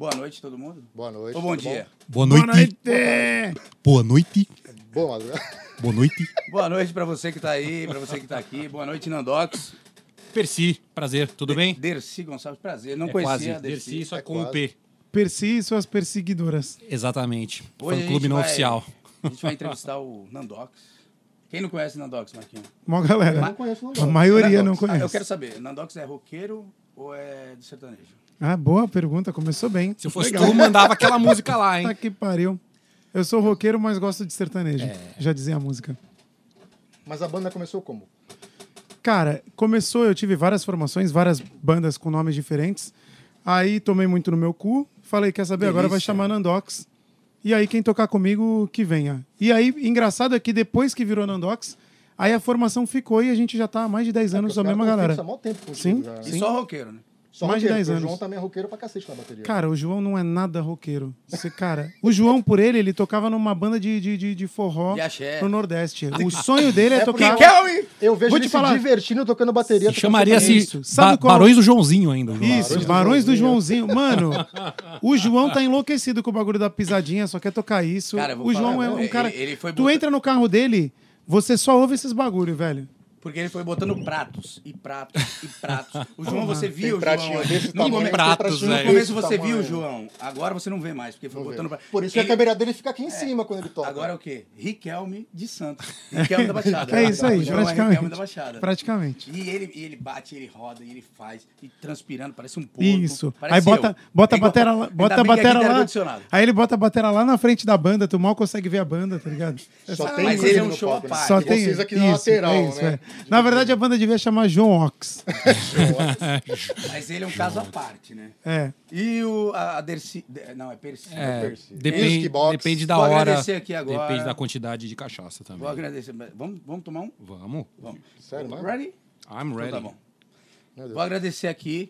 Boa noite, todo mundo. Boa noite. Ou bom dia. Boa noite. Boa noite. Boa madrugada. Boa noite. Boa noite pra você que tá aí, pra você que tá aqui. Boa noite, Nandox. Percy, prazer, tudo bem? Dercy Gonçalves, prazer. Não É conhecia quase. a Dercy. Dercy, só É com o quase. P. Percy e suas perseguidoras. Exatamente. Hoje a Fã-clube gente não vai- oficial. A gente vai entrevistar o Nandox. Quem não conhece Nandox, Marquinhos? Mó galera. Eu não conheço, não. A maioria Nandox. não conhece. Eu quero saber, Nandox é roqueiro ou é de sertanejo? Ah, boa pergunta. Começou bem. Se eu fosse tu, mandava aquela música lá, hein? Tá que pariu. Eu sou roqueiro, mas gosto de sertanejo. Já dizia a música. Mas a banda começou como? Cara, começou, eu tive várias formações, várias bandas com nomes diferentes. Aí tomei muito no meu cu. Falei, quer saber? Agora vai Delícia. chamar Nandox. E aí, quem tocar comigo, que venha. E aí, engraçado é que depois que virou Nandox, aí a formação ficou e a gente já tá há mais de 10 anos Os a caras mesma tão galera. fixos há mó tempo contigo Sim, já, né? E só roqueiro, né? Só mais de roqueiro, 10 porque anos. O João também é roqueiro pra cacete na bateria. Cara, o João não é nada roqueiro. Cara, o João, por ele tocava numa banda de forró De axé. no Nordeste. O sonho dele é porque- tocar... eu vejo Vou ele te falar. se divertindo tocando bateria. Se chamaria-se Isso. Sabe qual- Barões do Joãozinho ainda. Isso, Barões do Joãozinho. Mano, o João tá enlouquecido com o bagulho da pisadinha, só quer tocar isso. Cara, eu vou O João falar, é um ele- cara... ele foi Tu botar- entra no carro dele, você só ouve esses bagulho, velho. Porque ele foi botando pratos e pratos e pratos. O João, você Tem viu o pratinho João? desse No tamanho, momento- tem pratos, pratinho velho. No desse começo você tamanho. viu o João, agora você não vê mais, porque foi Vou ver. botando... Por isso que a câmera dele fica aqui em cima quando ele toca. Agora é o quê? Riquelme de Santos. Riquelme da Baixada. É isso aí, O João é praticamente. Riquelme da Baixada. Praticamente. E ele bate, ele roda, e ele faz, e transpirando, parece um porco. Isso. Parece Aí bota eu. a batera lá, Ainda bota a bem que aqui batera tem lá. ar-condicionado. Aí ele bota a batera lá na frente da banda, tu mal consegue ver a banda, tá ligado? Só Mas tem ele coisa é um no show palco, à né? parte. Só E tem vocês aqui na lateral, né? Na verdade, a banda devia chamar João Ox. Mas ele é um caso à parte, né? É. E a Dercy... Não, é Percy. Percy. Depende, Whisky box. depende da Vou hora. agradecer aqui agora. Depende da quantidade de cachaça também. Vou agradecer. Vamos tomar um? Vamos. Vamos. Sério, mano? Ready? I'm Então ready. tá bom. Meu Deus. Vou agradecer aqui.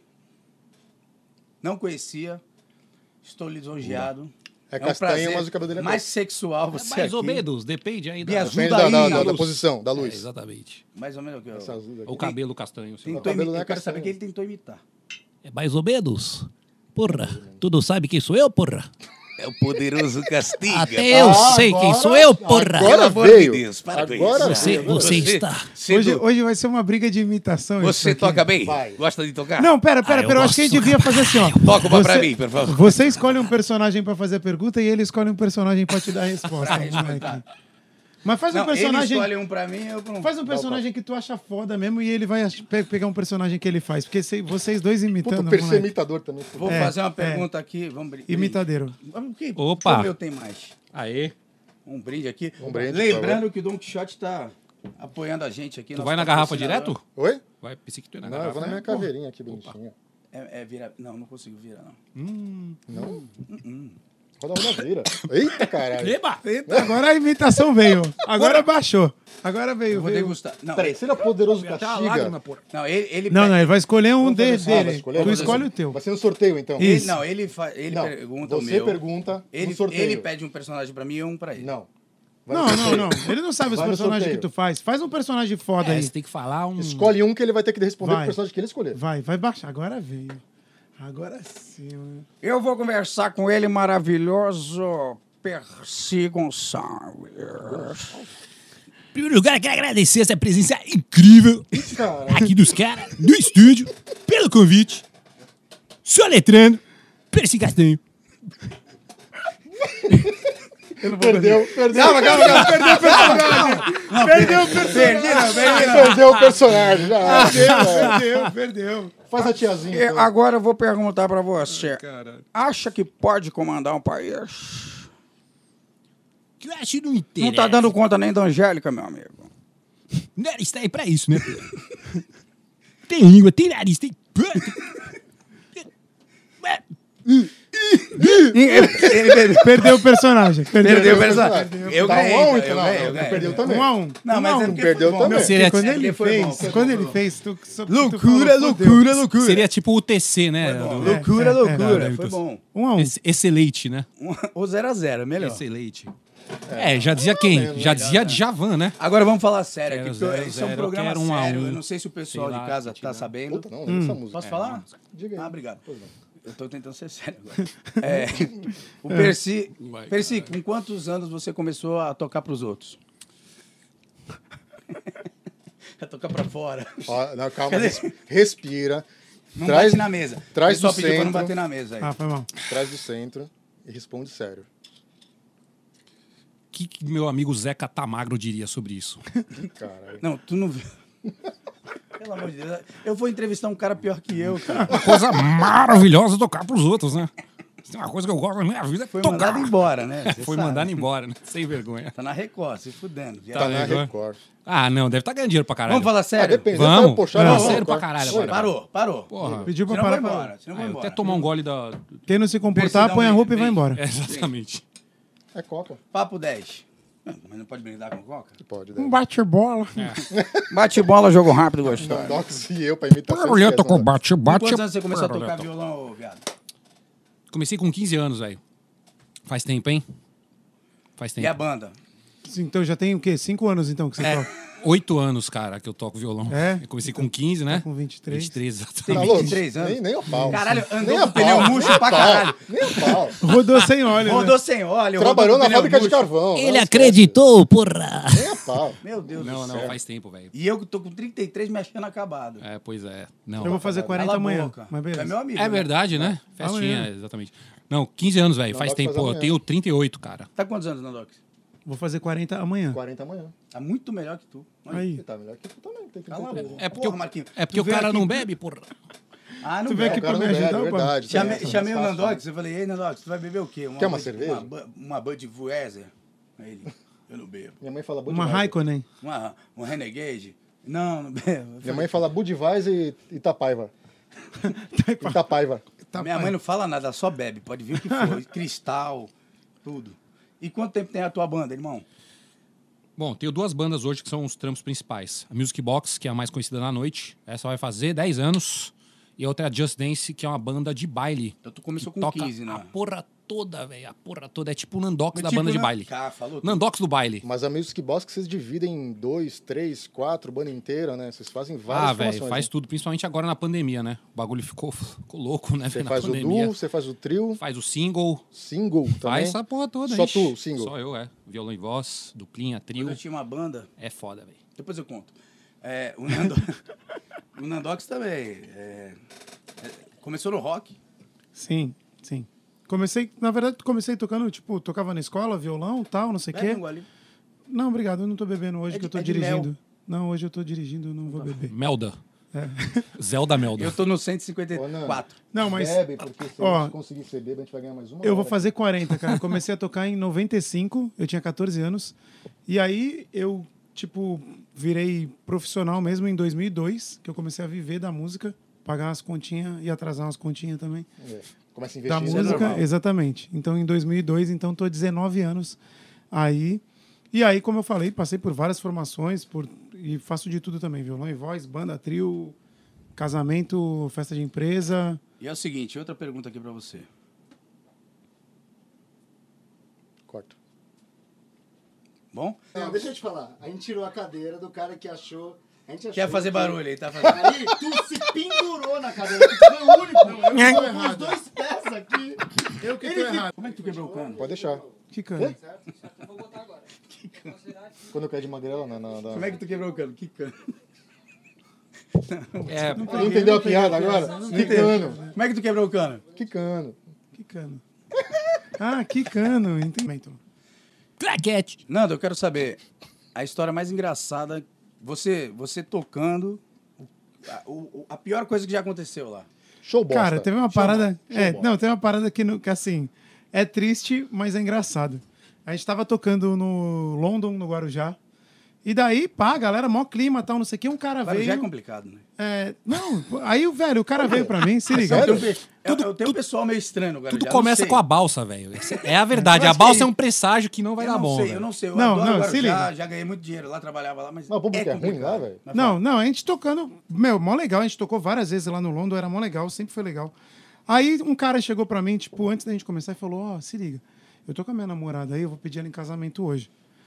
Não conhecia. Estou lisonjeado. É um castanho, prazer mas o cabelo dele é mais branco. sexual você Mais ou aqui. menos, depende aí Me da... ajuda Depende aí, da luz. posição, da É, luz. exatamente. Mais ou menos o que eu... Essa azul daqui. O cabelo castanho. sei lá. Tentou cabelo não é eu quero saber castanho. que ele tentou imitar. É mais ou menos. Porra, tu não sabe quem sou eu, porra? É o poderoso Castiga. Até eu sei quem sou eu, porra. Agora Pelo amor de veio. Deus, para com Agora isso. Você, veio. você está... Hoje vai ser uma briga de imitação. isso Você aqui. toca bem? Vai. Gosta de tocar? Não, pera, eu eu acho que a gente gosto, devia fazer assim, ó. Toca uma pra Você- mim, por favor. Você escolhe um personagem pra fazer a pergunta e ele escolhe um personagem pra te dar a resposta. Pra moleque. respeitar. Mas faz um Não, ele personagem. escolhe um pra mim, eu pra um. Faz um personagem que tu acha foda mesmo e ele vai pegar um personagem que ele faz. Porque vocês dois Puta, imitando. o Percy é moleque. imitador também. Vou fazer uma pergunta aqui. Vamos brindar. Imitadeiro. Opa. O meu tem mais. Aê. Um brinde aqui. Um brinde, por Lembrando favor. que o Don Quixote tá apoiando a gente aqui. Tu nosso vai na garrafa patrocinador. direto? Oi? Vai, pensei que tu ia na Não, eu garrafa. vou na minha né? Porra. caveirinha aqui, bonitinha. É virar. Não, não consigo virar, não. Não? Roda, vira. Eita, caralho. Eba! Eita, agora a imitação veio. Agora baixou. Agora veio. Eu vou veio. degustar. Não, Peraí, se ele é poderoso Até a lágrima, castiga... porra. não ele Não, ele vai escolher um Vamos fazer dele. assim, vai escolher? Tu Vamos escolhe fazer o teu. Vai ser no sorteio, então. Isso. Não, ele Não, pergunta o você meu. pergunta Ele, no sorteio. ele pede um personagem pra mim e um pra ele. Não. Vai Não, no não, sorteio. não. Ele não sabe os Vai no personagens sorteio. que tu faz. Faz um personagem foda É, aí. você tem que falar um... Escolhe um que ele vai ter que responder Vai. pro personagem que ele escolher. Vai baixar. Agora veio. Agora sim, mano. Eu vou conversar com ele maravilhoso, Percy Gonçalves. Em primeiro lugar, quero agradecer essa presença incrível Cara, aqui dos caras, do estúdio, pelo convite. Soletrando, Percy Castanho. perdeu. Calma. Perdeu o personagem. Perdeu o personagem. Perdeu o personagem. Já. Perdeu. Faz a tiazinha. então. Agora eu vou perguntar pra você. Acha que pode comandar um país? Que eu acho que não interessa. Não tá dando conta nem da Angélica, meu amigo. Nariz tá aí pra isso, né, Pedro? Tem língua, tem nariz, tem... Perdeu o personagem. Perdeu o personagem. Eu Tá ganhei, um a um, então, então, eu ganhei, não, eu ganhei. perdeu também. 1 a 1. Não, mas é porque perdeu foi bom. também. Seria, Quando Porque ele foi bom, fez, foi quando bom, ele foi fez, tu Loucura, falou, fudeu. loucura. seria tipo o TC, né? Loucura, loucura. é, Foi bom. 1 a 1. Excelente, né? O 0x0, melhor. Excelente. É, já dizia quem? Já dizia Djavan, né? Agora vamos falar sério aqui, Quero porque zero, isso é um zero, programa quero 1 a 1. sério. Eu não sei se o pessoal Sei de lá, casa que tá te dá. sabendo. Puta, não, lembra essa música. Posso falar? Diga aí. Ah, obrigado. Eu tô tentando ser sério agora. O Percy, com quantos anos você começou a tocar pros outros? A tocar pra fora. Ó, não, calma, respira. Não bate na mesa. Traz do só pediu pra não centro. bater na mesa aí. Ah, foi mal. Traz do centro e responde sério. O que meu amigo Zeca Tamagro diria sobre isso? Caralho. Não, tu não viu. Pelo amor de Deus. Eu vou entrevistar um cara pior que eu, cara. Coisa maravilhosa tocar pros outros, né? Se tem uma coisa que eu gosto na minha vida é Foi tocar. mandado embora, né? Você Foi sabe. mandado embora, né? Sem vergonha. Tá na Record, se fudendo. Tá na Record. Record. Ah, não, deve estar ganhando dinheiro pra caralho. Vamos falar sério? Depende. Vamos. Tá puxado, Não, não, sério pra Record. caralho Oi, agora. Parou. Porra. Pediu pra Senão vai parar. embora. Senão vai embora. Até tomar um gole da... Quem não se comportar, Persidão põe a aí, roupa e vai vem. embora. Exatamente. É Coca. Papo 10. Mas não pode brindar com coca? Pode, Um deve. bate-bola. Bate bola, jogo rápido, gostoso. Docs e eu pra imitação. Barulhento esquece, com né? bate-bate. Quantos anos você começou a tocar violão, ô, viado? Comecei com 15 anos, velho. Faz tempo, hein? Faz E a tempo. banda? Então já tem o quê? 5 anos então que você toca? 8 anos, cara, que eu toco violão. É? Eu comecei com 15, né? Tá com 23. 23, Tem exatamente. Tá louco? 23 anos. Nem o pau. Caralho, andou Nem com a pneu pau. murcho pra caralho. Nem o pau. Rodou sem óleo. Rodou sem óleo. Trabalhou rodou na com pneu fábrica de murcho. carvão. Ele não acreditou, porra! esquece. Nem a pau. Meu Deus Não, do não, céu. faz tempo, velho. E eu que tô com 33 mexendo acabado. É, pois é. Não. Eu vou fazer 40 Cala a amanhã. boca. Mas Tu é beleza. meu amigo. É né? verdade, né? Festinha, Amanhã. exatamente. Não, 15 anos, velho. Faz Nandox tempo. faz Pô, eu amanhã. tenho 38, cara. Tá quantos anos, Nandox? Vou fazer 40 amanhã. 40 amanhã. Tá muito melhor que tu. Olha. Aí. Você tá melhor que tu também. Tem Cala a 33. boca. É porque, Porra, Marquinhos, é porque tu o veio cara aqui- não bebe, porra. Ah, não Tu veio bebe. aqui O cara pra não me bebe, ajudar, pô? verdade. Chamei o Fácil. Nandox, eu falei, ei, Nandox, tu vai beber o quê? Quer uma cerveja? Uma Budweiser? Aí ele, eu não bebo. Minha mãe fala Uma Budweiser. Raikkonen. Um Renegade? Não bebo. Minha mãe fala Budweiser e Itapaiva. Itapaiva. Minha mãe não fala nada, só bebe, pode vir o que for. Cristal, tudo. E quanto tempo tem a tua banda, irmão? Bom, tenho duas bandas hoje que são os trampos principais. A Music Box, que é a mais conhecida na noite. Essa vai fazer 10 anos. E a outra é a Just Dance, que é uma banda de baile. Então tu começou que com toca 15, a né? porra toda, velho. A porra toda. É tipo o Nandox da Tipo, banda de né? baile. Cara, falou tudo. Nandox do baile. Mas a Music Box que vocês dividem em 2, 3, 4, banda inteira, né? Vocês fazem várias Ah, velho, formações, faz né? tudo. Principalmente agora na pandemia, né? O bagulho ficou louco, né? Você na faz o pandemia. duo, você faz o trio, Faz o single. single também. Faz essa porra toda. Só ixi. tu, single? Só eu, é. Violão e voz, duplinha, Quando trio. eu tinha uma banda, É foda, velho. depois eu conto. O Nandox também. Começou no rock. Sim, sim. Na verdade, comecei tocando, tipo, tocava na escola, violão, tal, não sei o Bebe quê. um gole. Não, obrigado, eu não tô bebendo hoje É que de- eu tô é de dirigindo. mel. Não, hoje eu tô dirigindo, eu não vou beber. Melda. É. Zelda Melda. Eu tô no Ô, Nando, 154. Não, mas Bebe, porque se ó, a gente conseguir ser bêbado, a gente vai ganhar mais uma eu vou hora. fazer 40, cara. Comecei a tocar em 95, eu tinha 14 anos. E aí eu, tipo, virei profissional mesmo em 2002, que eu comecei a viver da música, pagar umas continhas e atrasar umas continhas também. É. Começa a Da investir. isso é música, normal. exatamente. Então, em 2002, então, tô 19 anos aí. E aí, como eu falei, passei por várias formações e faço de tudo também. Violão e voz, banda, trio, casamento, festa de empresa. E é o seguinte, outra pergunta aqui pra você. Corta. Bom? Não, deixa eu te falar. A gente tirou a cadeira do cara que achou. A gente achou Quer fazer que- barulho aí, tá fazendo. Aí tu se pendurou na cadeira. Tu foi o único. Eu tô com os dois pés aqui. Eu que Ele tô fica- errado. Como é que tu quebrou o cano? Pode deixar. Que cana. Quando eu caí de magrela, Como é que tu quebrou o cano? Que cano? É, Não entendeu a piada agora? Que cano. Como é que tu quebrou o cano? Que cano. Que cano. Ah, que cano. Entendi. claquete. Nando, eu quero saber a história mais engraçada. Você tocando. A pior coisa que já aconteceu lá. Show bosta. Cara, teve uma Show parada. bosta. Show bosta. Não, tem uma parada que assim. É triste, mas é engraçado. A gente tava tocando no London, no Guarujá. E daí, pá, galera, mó clima tal, não sei o que. Um cara Agora veio. já é complicado, né? Não, aí o cara veio pra mim, se liga. sério? Eu tenho um pessoal meio estranho agora. Tudo começa com a balsa, velho. É a verdade. Eu A acho balsa que- é um presságio que não vai Eu dar não bom, sei, velho. eu não sei. Eu Não, adoro não, agora, se liga. já ganhei muito dinheiro lá, trabalhava lá, mas Mas o público é ruim complicado. lá, velho? Mas Não, a gente tocando. Meu, mó legal. A gente tocou várias vezes lá no London, era mó legal, sempre foi legal. Aí um cara chegou pra mim, tipo, antes da gente começar, e falou: Ó, se liga, eu tô com a minha namorada aí, eu vou pedir ela em casamento hoje.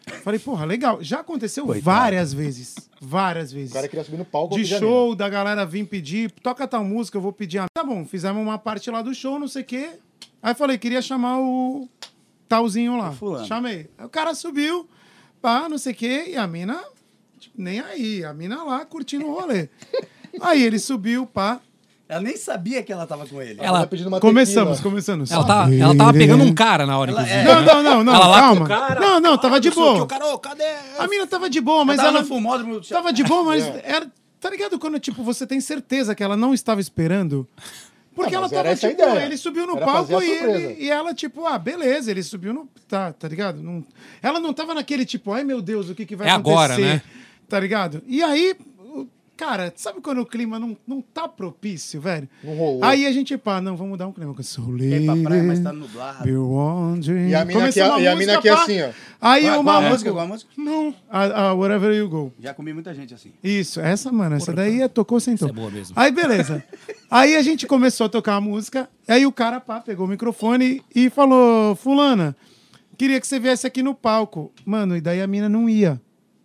Falei, porra, legal. Já aconteceu Coitado. várias vezes. Várias vezes. O cara queria subir no palco. De pedir a show, da galera vir pedir, toca tal música, eu vou pedir. Tá bom, fizemos uma parte lá do show, não sei o quê. Aí falei, queria chamar o talzinho lá. fulano. Chamei. Aí o cara subiu, pá, não sei o quê, e a mina, tipo, nem aí. A mina lá curtindo o rolê. Aí ele subiu, pá. Ela nem sabia que ela tava com ele. Ela- Tá pedindo uma Começamos. Ela tava pegando um cara na hora, inclusive. Não, Ela lá com calma. o cara. Não, tava de Não sei o que, boa. o cara, ô, cadê? A mina tava de boa, mas Mas ela ela no fumódromo... tava de boa, mas era, tá ligado quando tipo você tem certeza que ela não estava esperando? Porque Ah, ela mas era tava essa a tipo, ideia. ele subiu no Era palco fazer a e, surpresa. e ela tipo, beleza, ele subiu no tá ligado? Não, ela não tava naquele tipo, ai meu Deus, o que vai É acontecer? agora, né? Tá ligado? E aí, cara, sabe quando o clima não tá propício, velho? Não rolou. Aí a gente, pá, não, vamos dar um clima com esse rolê. Quer ir pra praia, mas tá nublado. Be wondering. E a mina Começou aqui, uma e a mina música, aqui pá. assim, ó. Aí Qual uma a música? Qual a música? Não, Wherever You Go. Já comi muita gente assim. Isso, essa, mano, essa daí tocou, sentou. Essa é boa mesmo. Aí, beleza. Aí a gente começou a tocar a música, aí o cara, pá, pegou o microfone e falou, fulana, queria que você viesse aqui no palco. Mano, e daí a mina não ia.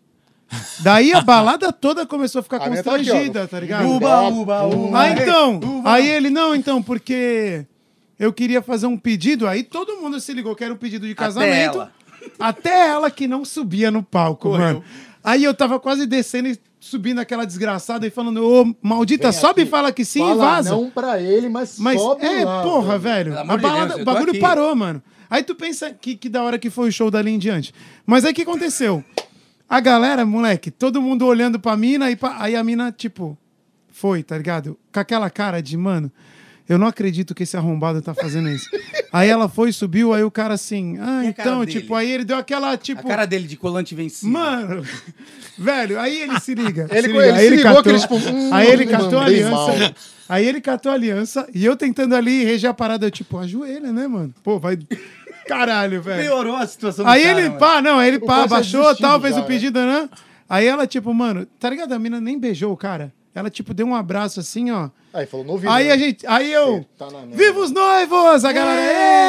Daí a balada toda começou a ficar A mina tava aqui, ó, constrangida, tá ligado? Uba, uba, uba. Ah, então. Aí ele, não, então, porque eu queria fazer um pedido, aí todo mundo se ligou que era um pedido de casamento. ela. Até ela que não subia no palco, mano. Aí eu tava quase descendo e subindo aquela desgraçada e falando, ô, maldita, Vem sobe e aqui. fala que sim e Fala vaza. não pra ele, mas sobe lá. porra, velho. Pelo A amor de balada, Deus, eu o tô bagulho aqui. parou, mano. Aí tu pensa que da hora que foi o show dali em diante. Mas aí o que aconteceu? A galera, moleque, todo mundo olhando pra mina, aí a mina, tipo, foi, tá ligado? Com aquela cara de, mano, eu não acredito que esse arrombado tá fazendo isso. Aí ela foi, subiu, aí o cara assim, E a cara então, dele? tipo, aí ele deu aquela, tipo... A cara dele de colante vencido. Mano, velho, aí ele se liga. Ele aí se ligou que ele, tipo, aí ele catou a mandei aliança. mal. Aí ele catou a aliança e eu tentando ali reger a parada, eu tipo, ajoelha, né, mano? Pô, vai. Caralho, velho. Piorou a situação Aí do cara, ele, mano. pá, não, aí ele, O pá, cara já baixou, desistiu tal, fez já, o pedido, né? Aí ela, tipo, mano, tá ligado? A mina nem beijou o cara. Ela, tipo, deu um abraço assim, ó. Aí falou, no ouvido. Aí né? a gente, aí eu, Você tá na merda. viva os noivos! A galera,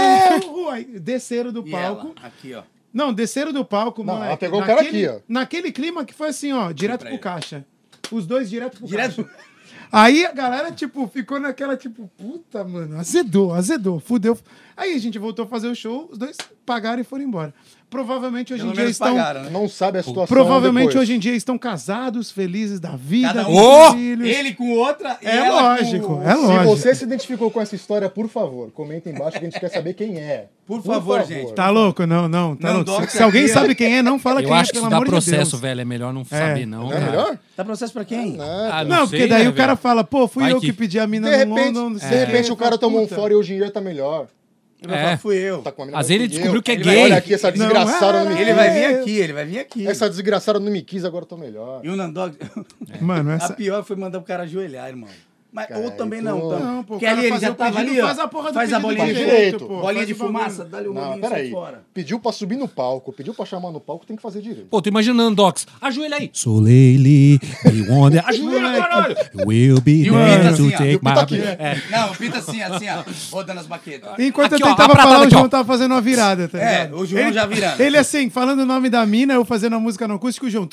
aí desceram do E palco. ela, aqui, ó. Não, desceram do palco, Não, moleque. ela pegou o cara aqui, ó. Naquele clima que foi assim, ó, direto pra pro ele. caixa. Os dois direto pro caixa. Direto. Aí a galera, tipo, ficou naquela, tipo, puta, mano, azedou, fudeu. Aí a gente voltou a fazer o show, os dois pagaram e foram embora. Provavelmente hoje Pelo em dia menos estão... pagaram, né? Não sabe a situação Provavelmente depois. hoje em dia estão casados, felizes da vida, Cada com um. filhos. Ele com outra e É ela lógico, com... é Se lógico. você se identificou com essa história, por favor, comenta embaixo que a gente quer saber quem é. Por favor, gente. Tá louco? Não, tá Não, louco. Doc, Se alguém aqui, ó. sabe quem é, não fala Eu quem acho é, que pelo isso dá amor de processo, Deus. velho. É melhor não saber, não. Não é cara. melhor? Dá processo pra quem? Ah, Não, porque sei, daí né, o cara velho? fala, pô, fui Vai eu que que- pedi a mina De no repente, London. de repente o cara tomou um fora e hoje em dia tá melhor. Ele vai falar, fui eu. Tá com a mina Às mais vezes ele que descobriu eu. que é Ele gay. vai- Olha aqui, essa desgraçada não me Ele quis. vai vir aqui, ele vai vir aqui. Essa desgraçada não me quis, agora eu tô melhor. E o Nandog... Mano, A essa... pior foi mandar o cara ajoelhar, irmão. Mas, Cara, ou também tu- não. Tá? Não, pô, o Porque cara ali ele fazer já o tava pedido, ali, ó. faz a porra do Faz a pedido bolinha de de direito, pô. pô. Bolinha Faz de o bagulho. fumaça, dá-lhe o Não, rolinho e sai peraí. fora. Pediu pra subir no palco, pediu pra chamar no palco, tem que fazer direito. Pô, tô imaginando, Docs. Ajoelha aí. So lately, we wonder. Ajoelha, caralho. Will be E o there Pita to assim, ó. take E o Pita my... aqui. É. Não, o Pita assim, ó. Rodando as baquetas. Enquanto Aqui, eu ó, tentava a pratada falar, o aqui, João ó. tava fazendo uma virada, tá É, ligado? o João já virando. Ele assim, falando o nome da mina, eu fazendo a música no acústico, o João...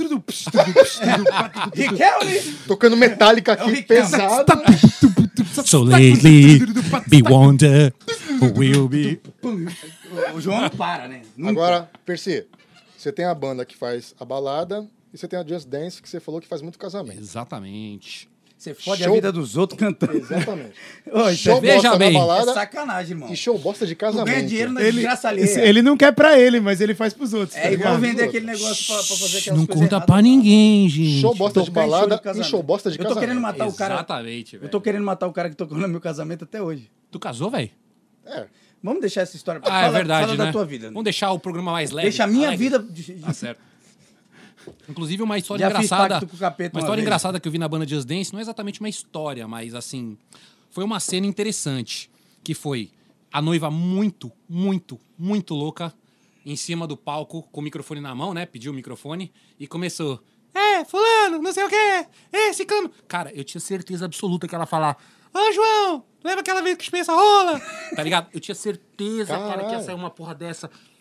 Riquelme! Tocando metálica É o aqui, Riquelme. pesado. So lately, we wonder who will be... O João não para, né? Nunca. Agora, Percy, você tem a banda que faz a balada e você tem a Just Dance, que você falou que faz muito casamento. Exatamente. Você fode Show. a vida dos outros cantando. Exatamente. Ô, isso Show é, Veja bosta bem. na é balada sacanagem, irmão. e show bosta de Tu casamento. ganha dinheiro na Ele, desgraça alheia. ele não quer pra ele, mas ele faz pros outros, tá É igual ligado? vender aquele negócio pra fazer aquelas Não coisas conta erradas. pra ninguém, gente. Show bosta de Tocar em show balada de casamento. e show bosta de Eu tô casamento. querendo matar o cara. Exatamente, velho. Eu tô querendo matar o cara que tocou no meu casamento até hoje. Tu casou, velho? É. Vamos deixar essa história. Ah, é verdade, fala né? da tua vida. Vamos deixar o programa mais leve. Deixa a minha alegre. vida... Tá certo. Inclusive, uma história Já fiz engraçada. pacto com o capeta Uma uma história vez. engraçada que eu vi na banda Just Dance, não é exatamente uma história, mas assim, foi uma cena interessante. Que foi a noiva muito louca em cima do palco, com o microfone na mão, né? Pediu o microfone e começou. Fulano, não sei o quê. Ciclano. Cara, eu tinha certeza absoluta que ela ia falar. Ô, João, lembra aquela vez que espessa rola? Tá ligado? Eu tinha certeza, cara, que ia Caralho. sair uma porra dessa.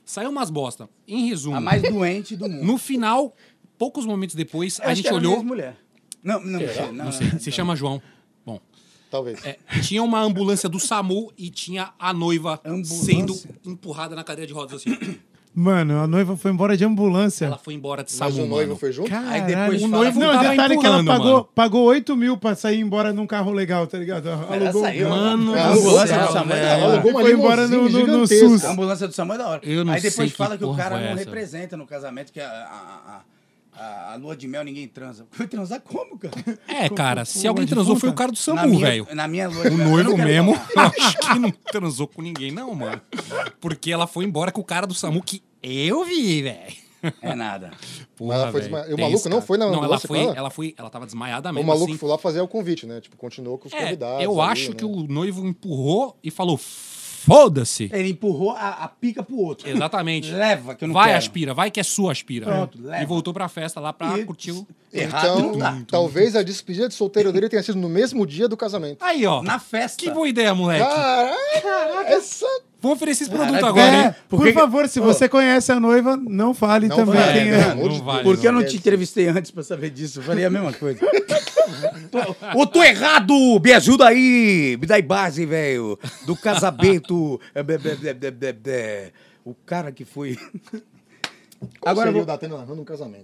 Saiu umas bosta. Em resumo, A mais doente do mundo. no final, poucos momentos depois, Eu a acho gente que era a olhou... mesma mulher. Não, Não sei, se chama João. Bom, Talvez. tinha uma ambulância do SAMU e tinha a noiva Ambulância? sendo empurrada na cadeira de rodas assim. Mano, a noiva foi embora de ambulância. Ela foi embora de Mas SAMU, o noivo mano. foi junto? Aí depois o fala- noivo Não, tava detalhe que ela empurrando, pagou 8 mil pra sair embora num carro legal, tá ligado? Alugou. saiu. Mano A do ambulância céu, do SAMU é da velho. hora. Alugou uma Foi embora limusine no gigantesca. SUS. A ambulância do SAMU é da hora. Eu não Aí depois sei que fala que o porra cara foi não essa. representa no casamento, que a lua de mel ninguém transa. Vai transar como, cara? É, cara, se com alguém uma transou defunta? foi o cara do Na SAMU, minha- velho. Na minha lua de O mel. eu noivo não quero mesmo, falar. eu acho que não transou com ninguém, não, mano. Porque ela foi embora com o cara do SAMU que eu vi, velho. É nada. Porra, ela foi velho. desma- e o Tenso, maluco não cara. foi na Não, ela ambulância com foi, ela? ela tava desmaiada O mesmo, maluco assim. foi lá fazer o convite, né? Tipo, continuou com os convidados. Eu ali, acho né? que o noivo empurrou e falou, foda-se. Ele empurrou a pica pro outro. Exatamente. Leva, que eu não Vai, quero. aspira, vai que é sua, aspira. Pronto, leva. E voltou pra festa lá pra E- curtir o... Errado Então, não dá. talvez a despedida de solteiro dele tenha sido no mesmo dia do casamento. Aí, ó. Na festa. Que boa ideia, moleque. Caraca, essa... Vou oferecer esse produto Caraca, agora, é. hein? Por favor, se você conhece a noiva, não fale Não também vale, quem pelo é. amor de Não vale, Deus. Porque eu não te Esquece. entrevistei antes pra saber disso. Eu falei a mesma coisa. Tô errado! Me ajuda aí! Me dá aí base, velho. Do casamento. O cara que foi. Qual Agora seria eu o vou... Datena narrando um casamento?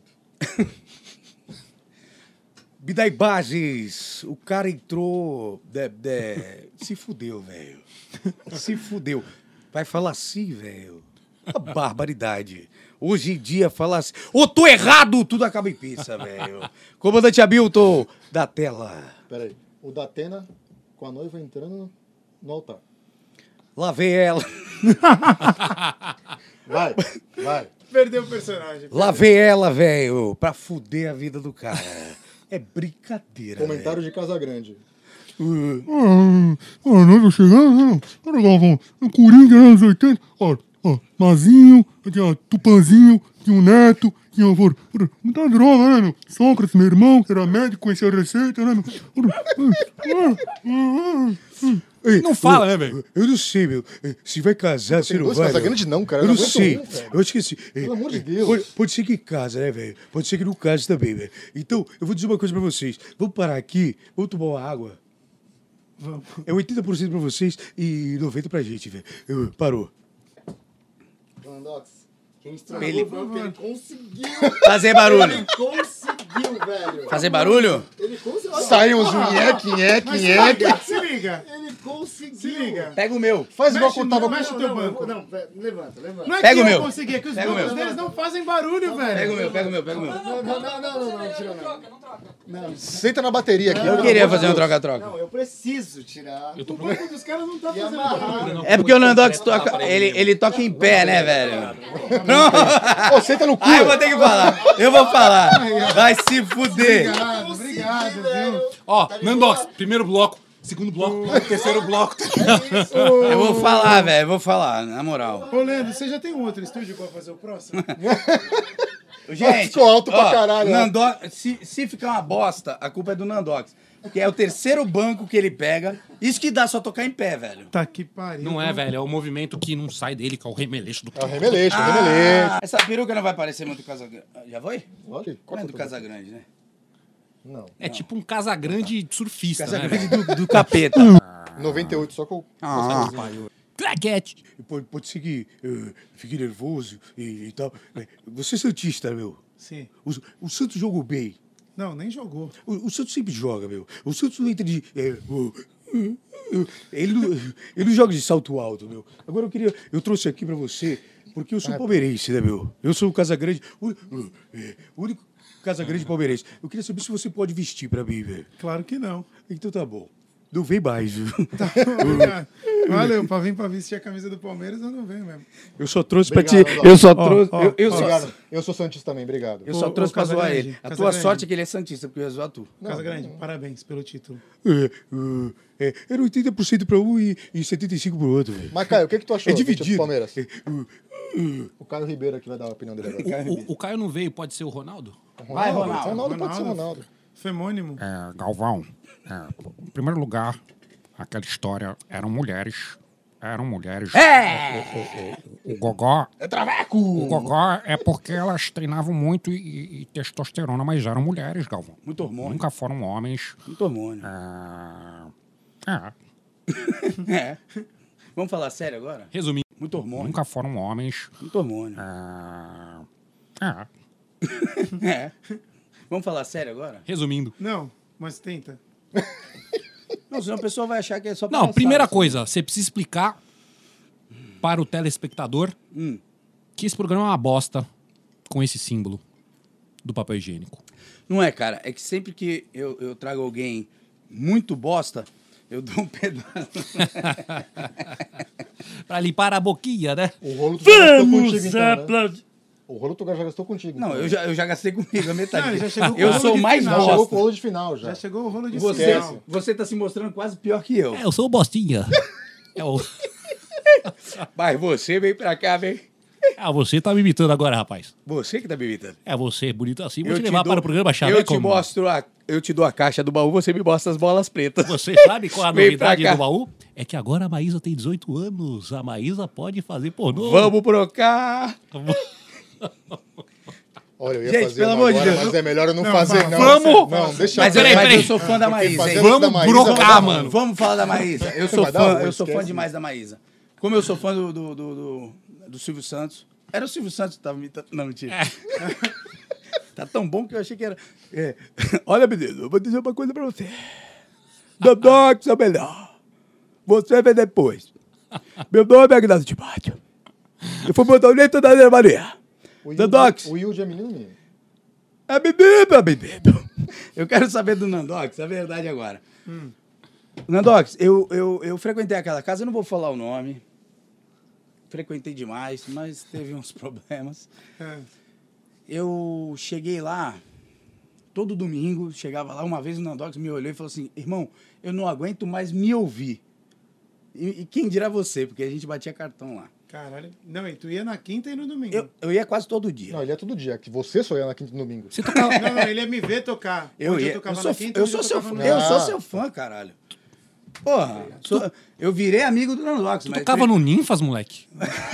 Me dá aí bases. O cara entrou. Se fudeu, velho. Se fudeu. Vai falar assim, velho. Uma barbaridade. Hoje em dia, falar assim. Ô, tô errado! Tudo acaba em pizza, velho. Comandante Hamilton, da tela. Pera aí. O Datena com a noiva entrando no altar. Lá vem ela. Vai, vai. Perdeu o personagem. Lá vem ela, velho. Pra fuder a vida do cara. É brincadeira. Comentário de Casagrande. Nós vamos chegando, né? Olha lá, vamos. Corinthians, anos 80. Ó, Mazinho, tinha Tupanzinho, tinha o Neto, tinha muita droga, né, meu? Sócrates, meu irmão, que era médico, conhecia a receita, né, meu? Não fala, né, velho? Eu não sei, meu. Se vai casar, se Tem não dois vai. Casagrande não, cara. Eu não aguento sei. um, velho. Eu esqueci. Pelo amor de Deus. Pode ser que casa, né, velho? Pode ser que não case também, velho. Então, eu vou dizer uma coisa pra vocês. Vamos parar aqui, vamos tomar uma água. Vamos. É 80% pra vocês e 90% pra gente, velho. Parou. Landox, quem estragou Ele- foi o que ele conseguiu. Fazer barulho. Ele conseguiu, velho. Fazer barulho? Ele conseguiu. Saiu uns nheque, nheque, nheque. Se liga. Ele conseguiu. Se liga. Pega o meu. Faz igual Mexe quando tava... mexe o teu banco. Não, levanta, levanta. Não é Pega que o eu meu. consegui, é que os Pega o bancos meu. deles não fazem barulho, velho. Pega o meu, pega o meu, pega o meu. Não, tira não. Senta na bateria aqui. Eu queria fazer um troca-troca. Não, eu preciso tirar. O banco dos caras não tá E fazendo amarrar. barulho. É porque o Nandox toca. Ele toca em pé, né, velho? Pronto. Ô, senta no cu. Ah, eu vou ter que falar. Eu vou falar. Vai se fuder. Obrigado, viu? Ó, Nandox, primeiro bloco, segundo bloco, terceiro bloco. Eu vou falar, velho. Eu vou falar, na moral. Ô, Leandro, você já tem um outro estúdio pra fazer o próximo? Gente, Ficou alto pra ó, caralho, né? Nandox, se ficar uma bosta, a culpa é do Nandox. Que é o terceiro banco que ele pega. Isso que dá só tocar em pé, velho. Tá que pariu. Não é, velho, é o movimento que não sai dele, que é o remeleixo do É o remeleixo, o remeleixo. Essa peruca não vai parecer muito Casagrande. Já foi? Olha, Não é do Casagrande, né? Não. É tipo um Casagrande surfista, né, Casagrande velho? do capeta. 98, só com... Claquete. Pode ser que fique nervoso e tal. Você é santista, meu. Sim. O Santos jogou bem. Não, nem jogou. O Santos sempre joga, meu. O Santos não entra de... ele não joga de salto alto, meu. Agora eu trouxe aqui pra você, porque eu sou palmeirense, né, meu? Eu sou o Casagrande, o único Casagrande palmeirense. Eu queria saber se você pode vestir pra mim, velho. Claro que não. Então tá bom. Não vem mais, viu? Obrigado. Valeu, pra vir pra vestir a camisa do Palmeiras, eu não venho mesmo. Eu só trouxe pra te... Obrigado, Eu só Ó, trouxe... ó, eu só... Obrigado. Eu sou santista também, obrigado. Eu só Ô, trouxe ô, pra zoar Casagrande, ele. A tua Casagrande. sorte é que ele é santista, porque eu ia zoar tu. Casa Grande, parabéns pelo título. Era 80% pra um e 75% pro outro, velho. Mas, Caio, o que tu achou É do título do dividido. Palmeiras? O Caio Ribeiro aqui vai dar a opinião dele agora. O Caio não veio, pode ser o Ronaldo? Vai, Ronaldo. Ronaldo pode ser Ronaldo. Femônimo. Galvão, em primeiro lugar, aquela história eram mulheres eram mulheres. É! O gogó... É traveco! O gogó é porque elas treinavam muito e testosterona, mas eram mulheres, Galvão. Muito hormônio. Nunca foram homens. Muito hormônio. É. Vamos falar sério agora? Resumindo. Muito hormônio. Nunca foram homens. Muito hormônio. É. Vamos falar sério agora? Resumindo. Não, mas tenta. Não, senão a pessoa vai achar que é só Não, palhaçada, primeira assim. coisa, você precisa explicar para o telespectador que esse programa é uma bosta com esse símbolo do papel higiênico. Não é, cara. É que sempre que eu trago alguém muito bosta, eu dou um pedaço. Pra limpar a boquinha, né? O rolo tu já gastou contigo, então, né? O rolo tu já gastou contigo. Não, então. eu já gastei comigo a metade. Não, já chegou com o Eu rolo sou de o mais final. Já chegou com o bosta. rolo de final, já. Já chegou o rolo de Você, final. você tá se mostrando quase pior que eu. Eu sou o bostinha. Mas você vem pra cá, vem. Você tá me imitando agora, rapaz. Você que tá me imitando. É você, bonito assim. Vou Eu te te levar dou- para o programa Chaveco. Eu te mostro eu te dou a caixa do baú, você me mostra as bolas pretas. Você sabe qual a Vem pra novidade cá. do baú? É que agora a Maísa tem 18 anos. A Maísa pode fazer pornô. Vamos pro cá. Olha, eu ia Gente, fazer pelo uma amor de agora, Deus. mas é melhor eu não fazer, não. vamos! Não, deixa Mas, eu peraí. eu sou fã da Maísa, fazer hein? antes da Vamos Maísa brocar, vai dar ruim. mano. Vamos falar da Maísa. Eu sou Vai dar fã, ruim, eu sou fã esquece demais da Maísa. Como eu sou fã do Silvio Santos. Era o Silvio Santos que tava me imitando. Não, mentira. Tá tão bom que eu achei que era. É. Olha, menino, eu vou dizer uma coisa pra você. Dodox é o melhor. Você vê depois. Meu nome é Agnaldo Timóteo. Eu fui motorista da Ana Maria. Dodox. O Yildi é menino, menino? É bebê. Eu quero saber do Nandox, a verdade agora. Nandox, eu frequentei aquela casa, eu não vou falar o nome. Frequentei demais, mas teve uns problemas. É. Eu cheguei lá, todo domingo, chegava lá, uma vez o Nandox me olhou e falou assim, irmão, eu não aguento mais me ouvir. E quem dirá você, porque a gente batia cartão lá. Caralho. Não, e tu ia na quinta e no domingo. Eu ia quase todo dia. Não, ele é todo dia. Que você só ia na quinta e no domingo. Você tocava... Não, ele ia me ver tocar. Eu Onde ia. tocava Eu sou, na quinta, eu onde sou seu tocava fã. no- Eu sou Ah. seu fã, caralho. Porra, eu virei amigo do Nandox. Tu mas tocava no Ninfas, moleque?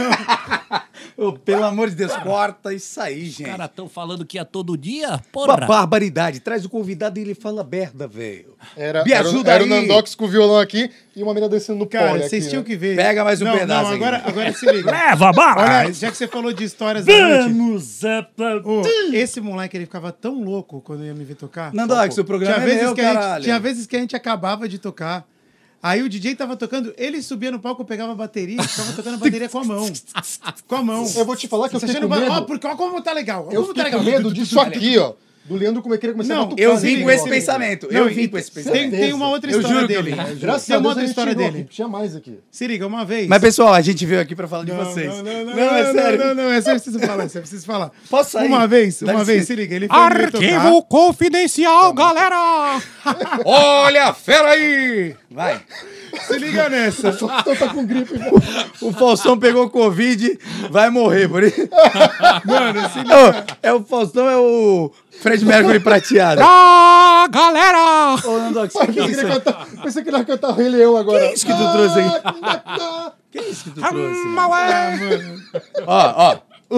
Ô, pelo amor de Deus, corta isso aí, Os gente. caras tão falando que ia todo dia? Uma Porra. barbaridade. Traz o convidado e ele fala merda, velho. Me Era ajuda o aí. Nandox com o violão aqui e uma menina descendo no Cara, pole vocês aqui, tinham né? que ver. Pega mais um Não, pedaço não, aqui. agora se liga. Leva, bala! Olha, já que você falou de histórias da noite. Ô, esse moleque, ele ficava tão louco quando ia me ver tocar. Nandox, o programa Tinha é vezes, meu, que a gente, caralho. tinha vezes que a gente acabava de tocar. Aí o DJ tava tocando, ele subia no palco, pegava a bateria e ficava tocando a bateria com a mão. Com a mão. Eu vou te falar que eu Você fiquei achando, com medo. ó, porque ó como tá legal. ó Eu como tá fiquei com legal. medo disso aqui, ó. Do Leandro querer começar Não, a batucar. Eu Se vim liga, com esse ó. pensamento. Não, Eu e vim com esse pensamento. Tem uma outra Eu história juro que eu dele. vim. Graças Tem a uma Deus outra a gente história tirou dele. aqui. Tinha mais aqui. Se liga, uma vez. Mas, pessoal, a gente veio aqui pra falar de Não, vocês. Não, é sério. Não, essa eu preciso falar, essa eu preciso falar. Posso sair? Uma vez, Dá se liga, ele foi me tocar. Arquivo confidencial, galera! Olha a fera aí! Vai. Se liga nessa. Então tá com gripe. O Faustão pegou Covid, vai morrer por isso. Mano, se liga. O Faustão é o Fred Mercury prateado. Ah, galera! Ô, Nandox, o que é isso aí? Pensei que ele ia cantar o Rei Leão agora. Que isso que tu trouxe aí? aí? Que isso que tu trouxe? Maué! Ó.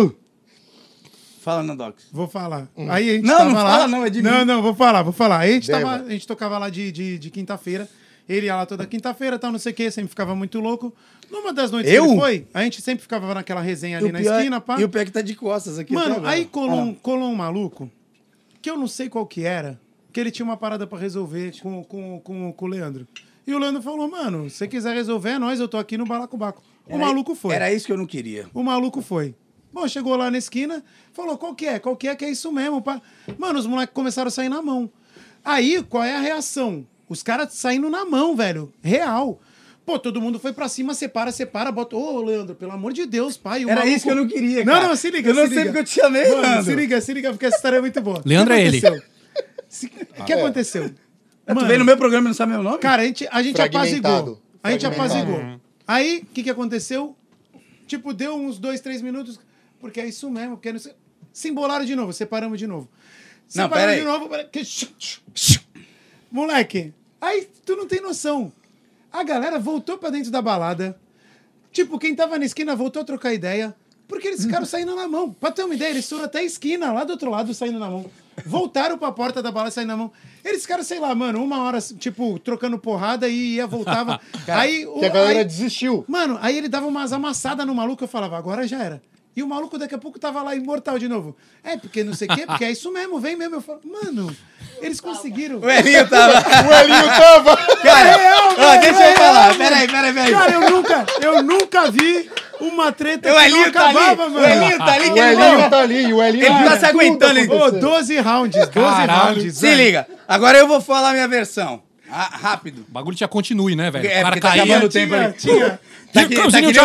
Fala, Nandox. Vou falar. Aí a gente Não, tava não lá. fala não, é de mim. Não, vou falar. Aí Deva. a gente tocava lá de quinta-feira. Ele ia lá toda quinta-feira, tal, não sei o quê, sempre ficava muito louco. Numa das noites Eu? que ele foi, a gente sempre ficava naquela resenha ali na esquina, pá. E o pior que tá de costas aqui. até Mano, agora. aí colou, Ah, não. colou um maluco, que eu não sei qual que era, que ele tinha uma parada pra resolver com o Leandro. E o Leandro falou, mano, se você quiser resolver, é nóis, eu tô aqui no Balacobaco. O maluco foi. Era isso que eu não queria. O maluco foi. Bom, chegou lá na esquina, falou, qual que é? Qual que é isso mesmo, pá? Mano, os moleques começaram a sair na mão. Aí, qual é a reação? Os caras saindo na mão, velho. Real. Pô, todo mundo foi pra cima, separa, bota... Ô, Leandro, pelo amor de Deus, pai. o Era maluco- isso que eu não queria, cara. Não, se liga, Eu não se sei liga. porque eu te chamei, Mano, Leandro. se liga, porque essa história é muito boa. Leandro O que é ele. aconteceu? O que aconteceu? Tu veio no meu programa e não sabe meu nome? Cara, a gente Fragmentado. apazigou. A gente Fragmentado. apazigou. Aí, o que aconteceu? Tipo, deu uns 2, 3 minutos, porque é isso mesmo, porque não sei... Se embolaram de novo, separamos de novo. Não, Separamos pera de aí. novo. Moleque, aí tu não tem noção. A galera voltou pra dentro da balada, Tipo, quem tava na esquina voltou a trocar ideia, porque eles ficaram saindo na mão. Pra ter uma ideia, eles foram até a esquina, lá do outro lado, saindo na mão. Voltaram pra porta da bala saindo na mão. Eles ficaram, sei lá, mano, 1 hora, tipo, trocando porrada e voltava. Aí, Que a galera desistiu. Mano, aí ele dava umas amassadas no maluco, eu falava, agora já era. E o maluco daqui a pouco tava lá imortal de novo. É, porque não sei o quê, porque é isso mesmo, vem mesmo. Eu falo, mano, eles conseguiram. O Elinho tava. O Elinho tava. Cara, ó, deixa eu falar. Peraí. Peraí. Cara, eu nunca vi uma treta O que não Elinho tá ali. acabava, mano. O Elinho tá ali. O que ele Elinho não- tá ali. O Elinho Ele tá viu se aguentando, tudo hein? Ô, acontecer. 12 rounds, 12 rounds. Se velho. liga. Agora eu vou falar minha versão. Rápido. O bagulho tinha continue, né, velho? É, O cara porque tá caía... acabando o tempo ali. Tinha. Tá aqui, tá aqui,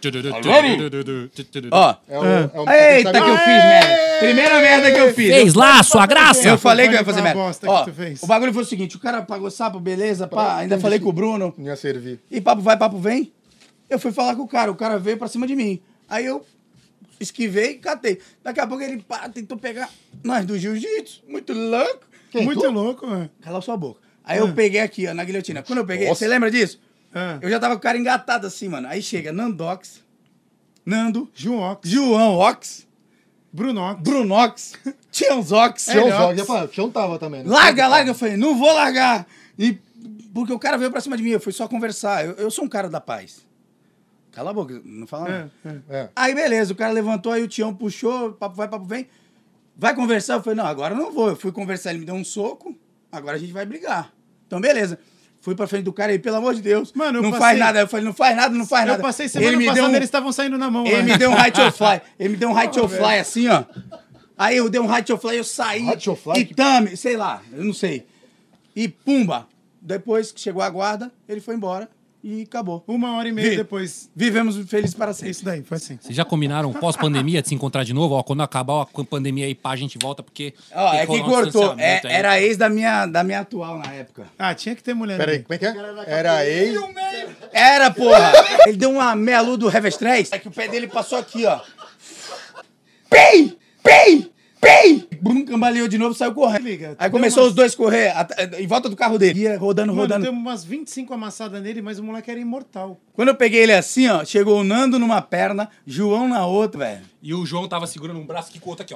ó. É o Eita, que eu fiz merda. Primeira merda que eu fiz. Fez lá, sua graça! Eu falei que eu ia Pode fazer falar merda. bosta que Ó, tu fez. o bagulho foi o seguinte: o cara pagou sapo, beleza, pá. Ainda falei com o Bruno. Não ia servir. E papo vai, papo vem. Eu fui falar com o cara veio pra cima de mim. Aí eu esquivei e catei. Daqui a pouco ele tentou pegar nós do jiu-jitsu. Muito louco. Muito louco, mano. Cala sua boca. Aí eu peguei aqui, ó, na guilhotina. Quando eu peguei, você lembra disso? Ah. Eu já tava com o cara engatado assim, mano. Aí chega Nandox, Nando, João Ox, Bruno. Brunox, Tianzox. Tião Eliox. Zog. Eu falei, Tião tava também. Né? Larga. Eu falei, não vou largar. E porque o cara veio pra cima de mim, eu fui só conversar. Eu sou um cara da paz. Cala a boca, não fala nada. É. Aí beleza, o cara levantou, aí o Tião puxou, papo vai, papo vem. Vai conversar? Eu falei, não, agora eu não vou. Eu fui conversar, ele me deu um soco, agora a gente vai brigar. Então beleza. Fui pra frente do cara aí, pelo amor de Deus. Mano, eu não passei- faz nada. Eu falei, não faz nada. Eu passei semana Ele me passada, deu um- eles estavam saindo na mão. Ele lá. me deu um high to fly. Ele me deu um high to fly assim, ó. Aí eu dei um high to fly, eu saí. High to fly? E tame, sei lá, eu não sei. E pumba. Depois que chegou a guarda, ele foi embora e acabou. 1h30 Vi- depois. Vivemos felizes para sempre. Isso daí, foi assim. Vocês já combinaram pós-pandemia de se encontrar de novo? Ó, quando acabar a pandemia aí, pá, a gente volta, porque... Ó, tem é que rolar um cortou. distanciamento aí. Era ex da minha atual na época. Ah, tinha que ter mulher. Peraí, ali. como é que é? Era ex. Era, porra! Ele deu uma meia lua do Revestrez, é que o pé dele passou aqui, ó. Pei! Bruno cambaleou de novo, saiu correndo. Liga, Aí deu começou umas- os dois correr em volta do carro dele. Ia rodando. Mano, deu umas 25 amassadas nele, mas o moleque era imortal. Quando eu peguei ele assim, ó, chegou o Nando numa perna, João na outra, velho. E o João tava segurando um braço aqui com o outro aqui, ó.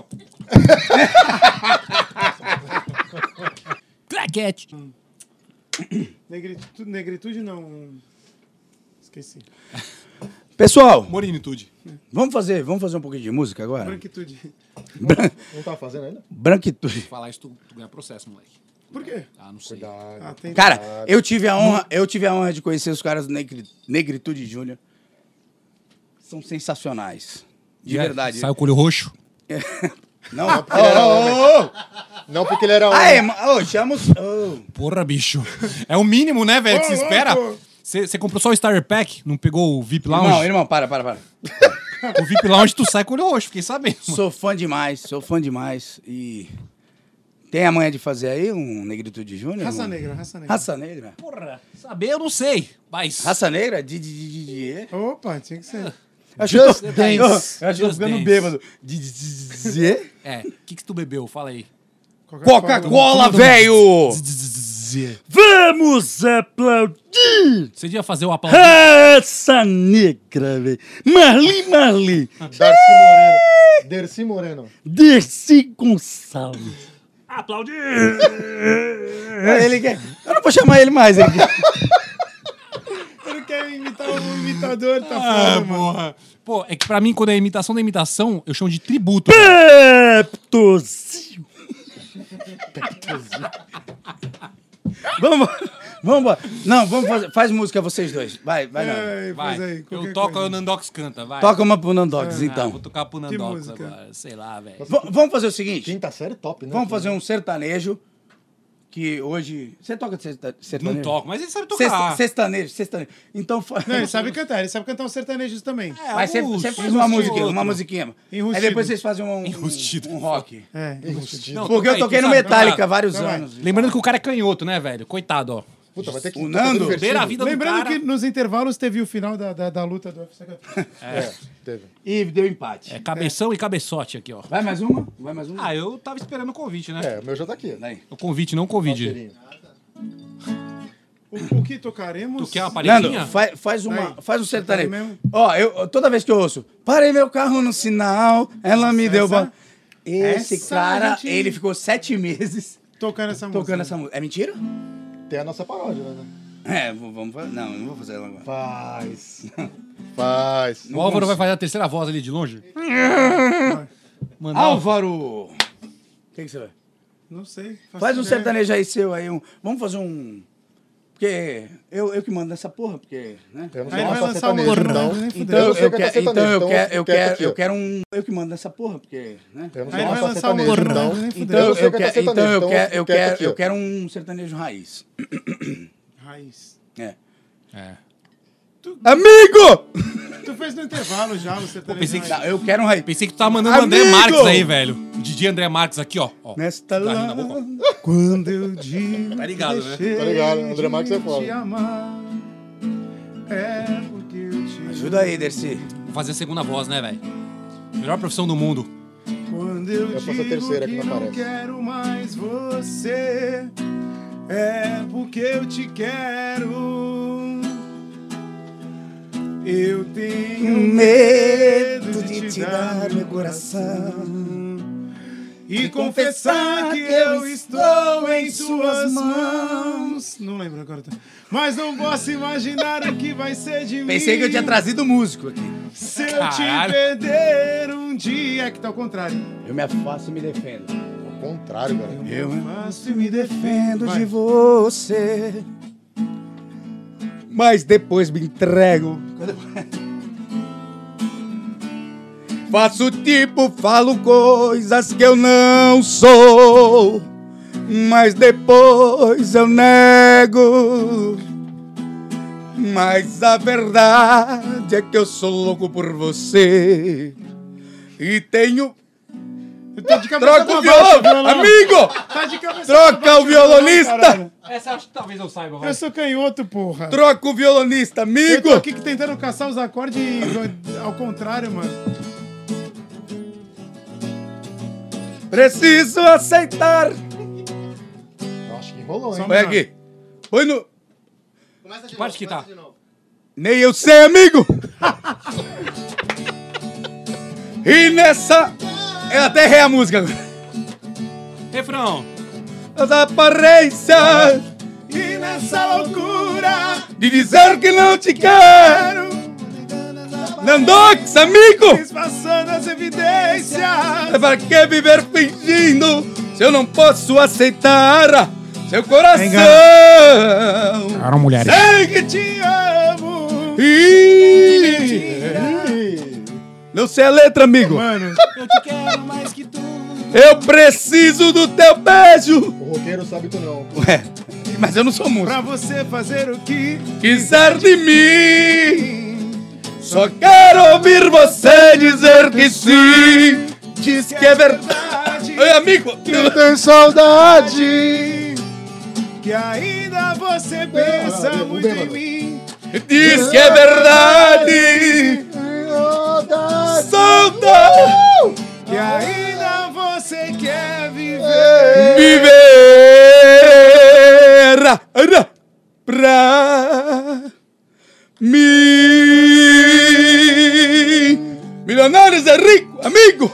Claquete. Negritude não. Esqueci. Pessoal, Morenitude. vamos fazer um pouquinho de música agora? Branquitude. Não tava fazendo ainda? Branquitude. Falar isso, tu ganha processo, moleque. Por quê? Ah, não sei. Ah, tem... Cara, eu tive a honra de conhecer os caras do Negritude Júnior. São sensacionais. De verdade. Saiu com o olho roxo. Não, Não, porque ele era Aê, homem. chama os... Porra, bicho. É o mínimo, né, velho, que se Ô, espera. louco. Você comprou só o Starter Pack? Não pegou o VIP Lounge? Irmão, para. O VIP Lounge tu sai com o olho roxo, fiquei sabendo. Sou fã demais. E tem a manha de fazer aí um Negritude Júnior? Raça irmão? negra. Raça Negra? Porra, saber eu não sei, mas... Raça Negra? Opa, tinha que ser. Acho Just que eu Dance. acho que eu tô Just ficando Dance. bêbado. É, o que tu bebeu? Fala aí. Coca-Cola, velho! Vamos aplaudir! Você devia fazer o aplauso. Raça Negra, velho! Marli! Dercy Moreno. Dercy Gonçalves. Aplaudir! Ele quer... Eu não vou chamar ele mais. Ele quer... Ele quer imitar o imitador, tá Ah, foda, mano. porra. Pô, é que pra mim, quando é imitação da imitação, eu chamo de tributo. Peptozil. Vamos embora. Não, vamos fazer. Faz música vocês dois. Vai. Não. Ai, Vai, faz aí, qualquer eu toco, aí coisa. o Nandox canta, vai. Toca uma pro Nandox, Ah, então. vou tocar pro Nandox música? agora, sei lá, velho. Vamos fazer o seguinte. Quinta série top, né? Vamos fazer um sertanejo. Que hoje... Você toca sertanejo? Não toco, mas ele sabe tocar. Sextanejo. Então... Não, ele sabe cantar uns sertanejos também. Mas você alguns, faz uns uma outros. musiquinha. Aí Enrustido. depois vocês fazem Enrustido. um rock. É. Não, Porque eu aí, toquei tu no sabe Metallica tocar. vários Então vai. anos. Lembrando que o cara é canhoto, né, velho? Coitado, ó. Puta, vai ter que O tocar tudo Nando, invertido. Ver a vida Lembrando do cara. que nos intervalos teve o final da luta do UFC. É, teve. E deu empate. É cabeção e cabeçote aqui, ó. Vai mais uma? Ah, eu tava esperando o convite, né? É, o meu já tá aqui. Daí. O convite, não o convite. Cheirinho. O que tocaremos? Tu quer uma palhetinha? Nando, faz um sertanejo. mesmo? Ó, toda vez que eu ouço, parei meu carro no sinal, ela me deu... Esse essa cara, gente- ele ficou 7 meses Tocando essa música. tocando essa música. É mentira? Tem a nossa paródia, né? Vamos fazer. Não, eu não vou fazer ela agora. Faz. O Álvaro vai fazer a terceira voz ali de longe. Mandar Álvaro! O que você vai? Não sei. Faz um ideia. sertanejo aí seu aí. Vamos fazer um... Porque eu que mando nessa porra, porque... Né? Eu não Aí sou vai só lançar um sertanejo, outro, então. né? Então Eu eu, sei que é quero, sertanejo, então eu então quero, eu fica quero, aqui, eu ó. quero um... Eu que mando nessa porra, porque... Né? Eu não Aí sou vai só lançar um sertanejo, outro, então. né? Então Eu eu, sei que é quero, sertanejo, então eu então quero, eu fica quero, aqui, eu ó. quero um sertanejo raiz. Raiz. É. É. Amigo! Tu fez no intervalo já, você tá pensei que- Não, eu quero um raiz. Pensei que tu tava mandando o André Amigo! Marques aí, velho. O Didi André Marques aqui, ó. Nesta Dá rim lá... na boca, ó. Quando eu digo Tá ligado, né? deixei Tá ligado, André Marques é foda. te amar, é porque eu te Ajuda aí, Dercy. Vou fazer a segunda voz, né, velho? Melhor profissão do mundo. Quando eu faço a digo terceira que que não não aparece. quero mais você, é porque eu te quero. Eu tenho medo de te dar meu coração e confessar que eu estou em suas mãos. Não lembro agora. Mas não posso imaginar o que vai ser de mim. Pensei que eu tinha trazido músico aqui. Se eu te Caralho. perder um dia. É que tá ao contrário. Eu me afasto e me defendo. Ao contrário, cara. Eu me Faço e me defendo de você. Mas depois me entrego. Faço tipo, falo coisas que eu não sou. Mas depois eu nego. Mas a verdade é que eu sou louco por você. E tenho... Tá de cabeça Troca pra o baixo, violão! Amigo! Tá de cabeça Troca pra baixo, o violonista! caralho. Essa eu acho que talvez eu saiba, Eu sou canhoto, porra. Troca o violonista, Eu amigo! tô aqui tentando caçar os acordes ao contrário, mano. Preciso aceitar. Eu acho que enrolou, hein? Põe aqui. Põe no... Que parte que tá? Nem eu sei, amigo! E nessa... Eu até errei a música agora. Refrão. As aparências E nessa loucura de dizer que não te quero. Nandox, amigo! passando as evidências. Pra que viver fingindo se eu não posso aceitar seu coração? Eram mulheres. Sei que Te amo. não sei a letra, amigo. Mano, Eu te quero mais que tudo. Eu preciso do teu beijo. O roqueiro sabe que não. Ué, mas eu não sou músico. pra você fazer o que Quiser de mim, só quero ouvir você dizer que sim. Diz que é verdade. Oi, amigo. Eu tenho saudade. que ainda você pensa muito em mim. Diz que é verdade. Solta. Que ainda você quer viver. Viver pra mim. Milionários é rico, amigo.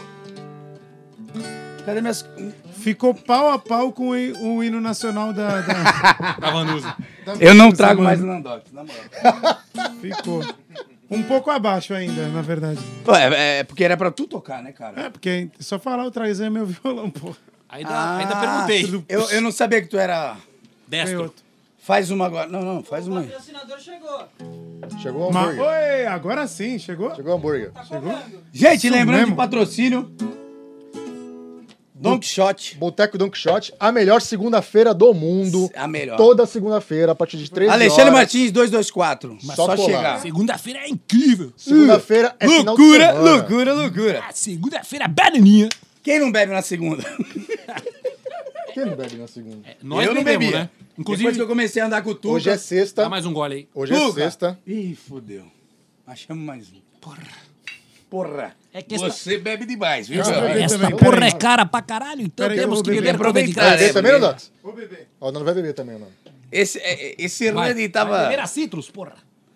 Cadê minhas... Ficou pau a pau com o hino nacional da Da Vanusa. Eu não trago mais o Nandox, na moral. Ficou. Um pouco abaixo ainda, na verdade. É porque era pra tu tocar, né, cara? É, porque só falar o trazer meu violão, pô. Ainda perguntei. Eu não sabia que tu era... Destro. Canhoto. Faz uma agora. Não, faz uma aí. patrocinador chegou. Chegou o Mas, hambúrguer. oi, agora sim, chegou? Chegou o hambúrguer. Gente, lembrando mesmo. de patrocínio... Don Quixote. Boteco Don Quixote, a melhor segunda-feira do mundo. A melhor. Toda segunda-feira, a partir de 13 Alexandre horas. Martins 224. Só Só colar. chegar. Segunda-feira é incrível. Segunda-feira é final de Loucura, semana. loucura, loucura. Segunda-feira é bananinha. Quem não bebe na segunda? Quem não bebe na segunda? Nós eu não bebemos, bebia. né? Inclusive, Depois que eu comecei a andar com o Tuca... Hoje é sexta. dá mais um gole aí. Hoje é Tuca. sexta. Ih, fodeu. Achamos mais um. Porra. É que Você bebe demais, viu? beber meu? Esta também, porra peraí. é cara pra caralho, então Peraí, eu temos vou que beber. beber com Aproveitar, Vai né? beber também, porque- Nandox? Vou beber. Ó, não vai beber também, não. Esse Vai. Hernani tava... Primeira Citrus, porra.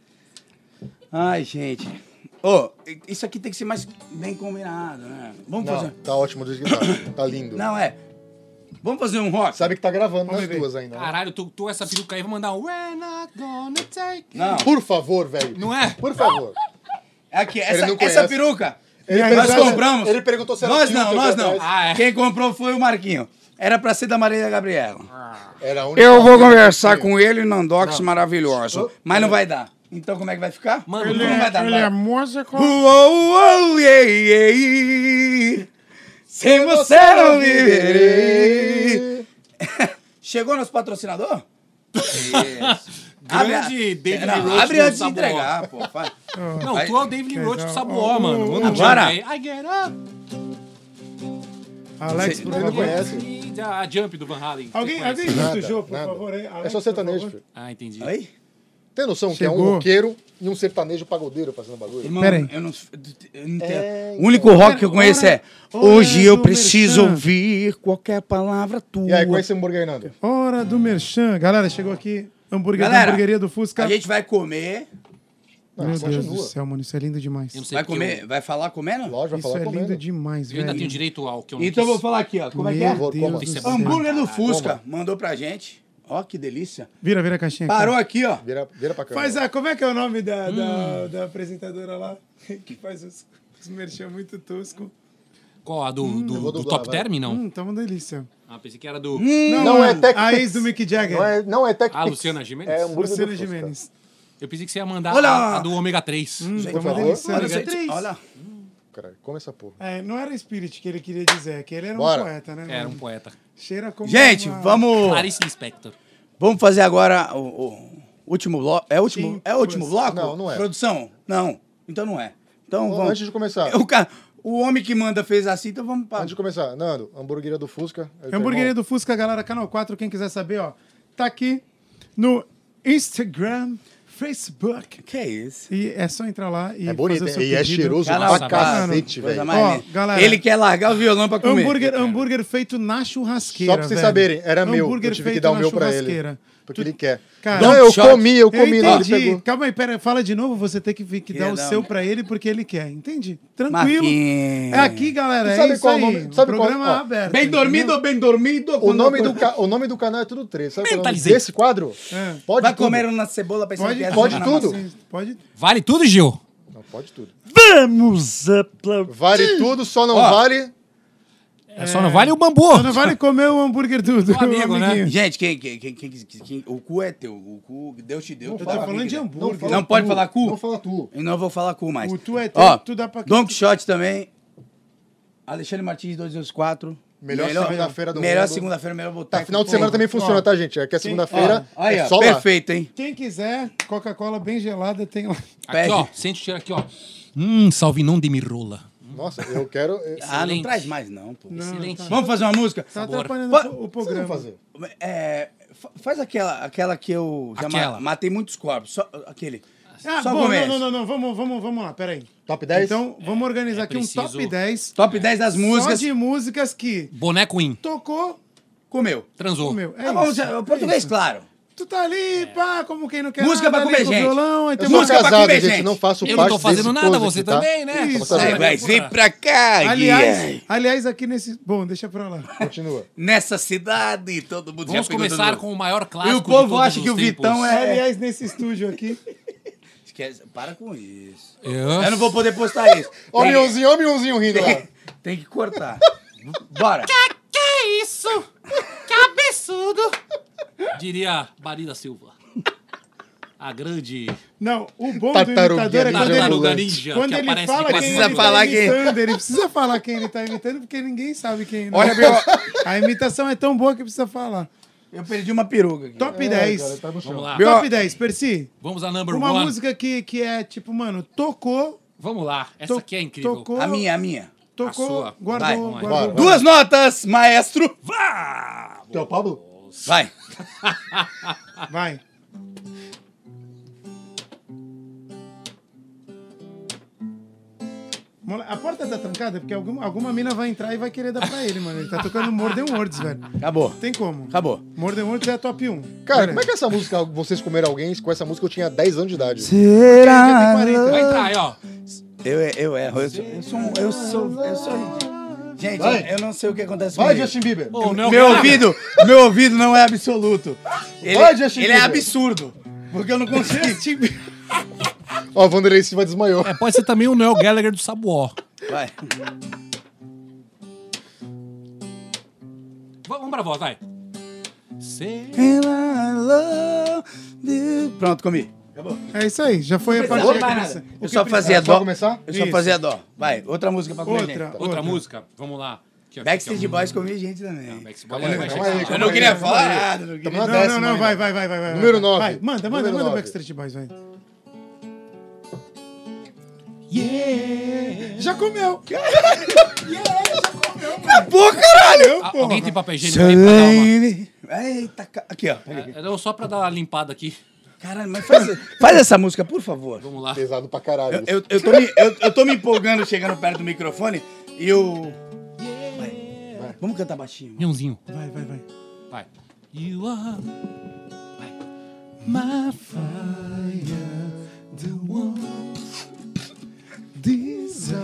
Ai, gente. Ô, isso aqui tem que ser mais bem combinado, né? Vamos Não, fazer... tá ótimo do jeito que tá. Tá lindo. Não, Vamos fazer um rock? Sabe que tá gravando Vamos nas ver. duas ainda. Né? Caralho, tu essa peruca aí, vou mandar um We're not gonna take... Não. Por favor, velho. Não é? Por favor. Aqui, Ele não essa conhece. peruca. Ele Nós perguntou- compramos. Ele perguntou se era Nós filtro não, nós aqui não. atrás. Ah, é. Quem comprou foi o Marquinho. Era pra ser da Marília Gabriela. Era a única Eu vou coisa conversar que com ele no Undox maravilhoso. Oh, Mas não vai dar. Então como é que vai ficar? Mano, não vai dar. Ele Vai. é músico. Uou, yeah, yeah. Sem você não viverei. Chegou nosso patrocinador? Isso. Grande David Não, Roach abre com antes de Sabuó. entregar, pô. Vai. Não, Vai. tu é o David Roach com Ó, Sabuó, mano. Manda um Agora. jump aí. I get up. Alex, Você- por Ele não favor. conhece. A jump do Van Halen. Alguém Você conhece? junta o Nada, Jô, por nada. favor. Aí. É Alex, só por sertanejo, favor. filho. Ah, entendi. Oi? Tem noção que é um Chegou. roqueiro e um sertanejo pagodeiro fazendo bagulho? Irmão, Pera aí. eu não tenho. É, O único rock que eu conheço é hora Hoje eu do preciso merchan. ouvir qualquer palavra tua. E aí, com esse hambúrguer aí, Nando? Hora do Merchan. Galera, chegou aqui. Hambúrguer da Galera, hamburgueria do Fusca. A gente vai comer. Não, Meu Deus continua. do céu, mano. Isso é lindo demais. Eu não sei Vai porque comer, vai falar comendo? Lógico, vai Isso falar é comendo. lindo demais, Eu ainda velho. tenho direito ao que eu não Então eu vou quis. falar aqui, ó. Como é que Meu é? favor, Deus coma. do Isso é céu. bom. Hambúrguer do Fusca. Toma. Mandou pra gente. Ó, que delícia. Vira a caixinha aqui. Parou aqui, ó. Vira pra câmera. Faz a... Como é que é o nome da apresentadora lá? Que faz os merchan muito tosco. Qual? A eu vou do dublar, Top vai. Term, não? Tá uma delícia. Ah, pensei que era do... Não é Tech A Pix. ex do Mick Jagger. Não é Tech Ah, Pix. Luciana Gimenez? É hambúrguer Luciana do Fusca. Gimenez. Eu pensei que você ia mandar Olha! a do ômega 3. Tá Por uma favor. delícia. Olha, Ômega gente, 3. olha. Caralho, come essa porra. É, não era Spirit que ele queria dizer, que ele era Bora. um poeta, né? Era um mano? poeta. Cheira como Gente, uma... vamos Clarice Lispector. fazer agora o último bloco. É o último, Sim, é o último pois. bloco? Não, não é. Produção? Não. Então não é. Então Ó, vamos. Antes de começar, O homem que manda fez assim, então vamos para. antes de começar, Nando, hambúrgueria do Fusca. Hamburgueria do Fusca, galera, canal 4, quem quiser saber, ó, tá aqui no Instagram, Facebook. Que é isso? E é só entrar lá e É bonito, fazer o seu hein? E é pedido. cheiroso Canal pra quatro. cacete, Coisa velho. mais Ó, linda. galera. Ele quer largar o violão pra comer. Hambúrguer feito na churrasqueira, Só pra vocês velho. saberem, era meu. Hambúrguer Eu tive que feito dar o na meu pra ele. churrasqueira. Porque ele quer. Cara, Não, eu shot. comi, eu Eu comi. Não, ele entendi. pegou. Calma aí, pera, fala de novo, você tem que dar Queria o dar seu um- pra ele porque ele quer, entende? Tranquilo. Marquinhos. É aqui, galera, Tu é sabe isso qual aí. o nome- sabe qual- Programa ó, aberto. Bem dormido, bem dormido. O nome do canal é tudo três. Sabe qual é o nome Mentalizei. desse quadro? É. Pode Vai tudo. comer na cebola pensando Pode, que é pode na tudo. maçã. Pode. Vale tudo, Gil? Não, pode tudo. Vamos aplaudir. Vale tudo, só não Ó. vale. É, só não vale o bambu. Só não vale comer o hambúrguer do amigo, né? amiguinho. Gente, o cu é teu. O cu Deus te deu. Não tu fala tá falando de aqui, hambúrguer. fala Não pode tu. falar cu? Não fala tu. Eu não vou falar cu mais. O tu é teu, Ó, tu dá pra quem Don Quixote também. Alexandre Martins, 224. Melhor segunda-feira do Melhor mundo. segunda-feira, melhor Tá, botar. final de semana também funciona, tá, gente? É que é segunda-feira. Aí, É ó, só lá. perfeito, hein? Quem quiser, Coca-Cola bem gelada tem lá. Aqui, Pede. ó. Sente o cheiro aqui, ó. Salvinão de mirola. Nossa, eu quero. Ah, não Excelente. traz mais não, pô. Excelente. Vamos fazer uma música? Tá atrapalhando Pode- o O que você programa. vai fazer? É, faz aquela que eu já Aquela. matei muitos corpos. Só, aquele. Ah, Só bom, começo. não. Vamos lá, peraí. Top 10? Então, vamos organizar aqui preciso- um top 10. Top 10 das músicas. Só de músicas que Boneco in. tocou, Comeu. Transou. comeu. É Ah, vamos, isso. português, isso. claro. Tu tá ali, pá, como quem não quer Música nada, pra ali comer com o gente. violão, aí Eu tem sou música pra casado, comer, gente. gente. Não faço Eu parte não tô fazendo desse nada, coisa você aqui, tá? também, né? Isso. Só pra saber. Vai, vem pra cá, Gui. Aliás, aqui nesse... Bom, deixa pra lá. Continua. Nessa cidade, todo mundo Vamos já pegou começar todo com mundo. o maior E clássico o povo de todos acha que os o tempos. Vitão é... Aliás, nesse estúdio aqui... Esquece, para com isso. Eu Eu não vou poder postar isso. Ó, o Mionzinho rindo lá. Tem que cortar. Bora. Que é isso? Que absurdo! Diria Barida Silva. A grande Não, o bom do Tartaruguinha imitador é ninja quando ele, tartaruga ninja quando que ele aparece fala de quem Precisa ele falar tá quem- imitando. Ele precisa falar quem ele tá imitando, porque ninguém sabe quem... Olha, não. meu, A imitação é tão boa que precisa falar. eu perdi uma peruca aqui. Top É, 10. cara, tá no chão. Vamos lá. Meu- Top 10, Percy. Vamos a number Uma one. música que é tipo, mano, tocou... Vamos lá. Essa aqui é incrível. Tocou, A minha. Tocou, A sua. guardou, Vai, guardou. vai. Duas notas, maestro. Tu é o Pablo? Vai. Vai. A porta tá trancada porque alguma mina vai entrar e vai querer dar pra ele, mano. Ele tá tocando More Than Words, velho. Acabou. Tem como. Acabou. More Than Words é a top 1. Cara, como é que é essa música, Vocês Comeram Alguém? Com essa música eu tinha 10 anos de idade. Será? Vai entrar aí, ó. Eu erro. Eu sou. Gente, Vai. eu não sei o que acontece Vai, comigo. Justin Bieber. Ô, Neo Meu Gallagher. ouvido não é absoluto. Vai, Justin Ele é Bieber. absurdo. Porque eu não consigo. Ó, o Vanderlei Silva desmaiou. É, pode ser também o Noel Gallagher do Sabuó. Vai. Vamos pra voz, vai. Sei. Pronto, comi. Acabou. É isso aí, já foi a parte Não da mais criança. nada. Eu só fazia Só dó. começar? Eu só Isso. fazia dó. Vai, outra música pra comer gente. Outra música? Vamos lá. Aqui, ó, Backstreet aqui, ó. Boys comi gente também. Backstreet Calma Boys aí, vai calma chegar. aí, Eu calma não aí, queria calma falar aí. nada. Não Tamo queria... na Não, décima não, ainda. vai. Número 9. Vai, manda Número o 9. Backstreet Boys, vai. Já comeu. Acabou, caralho! Alguém tem papel higiênico aí pra dar uma... Eita, aqui, ó. Não, só pra dar uma limpada aqui. Caralho, mas faz essa música, por favor. Vamos lá. Pesado pra caralho. Eu tô me empolgando chegando perto do microfone e eu... Vai. Vamos cantar baixinho. Leãozinho. Vai. Vai. You are My fire, the one desire.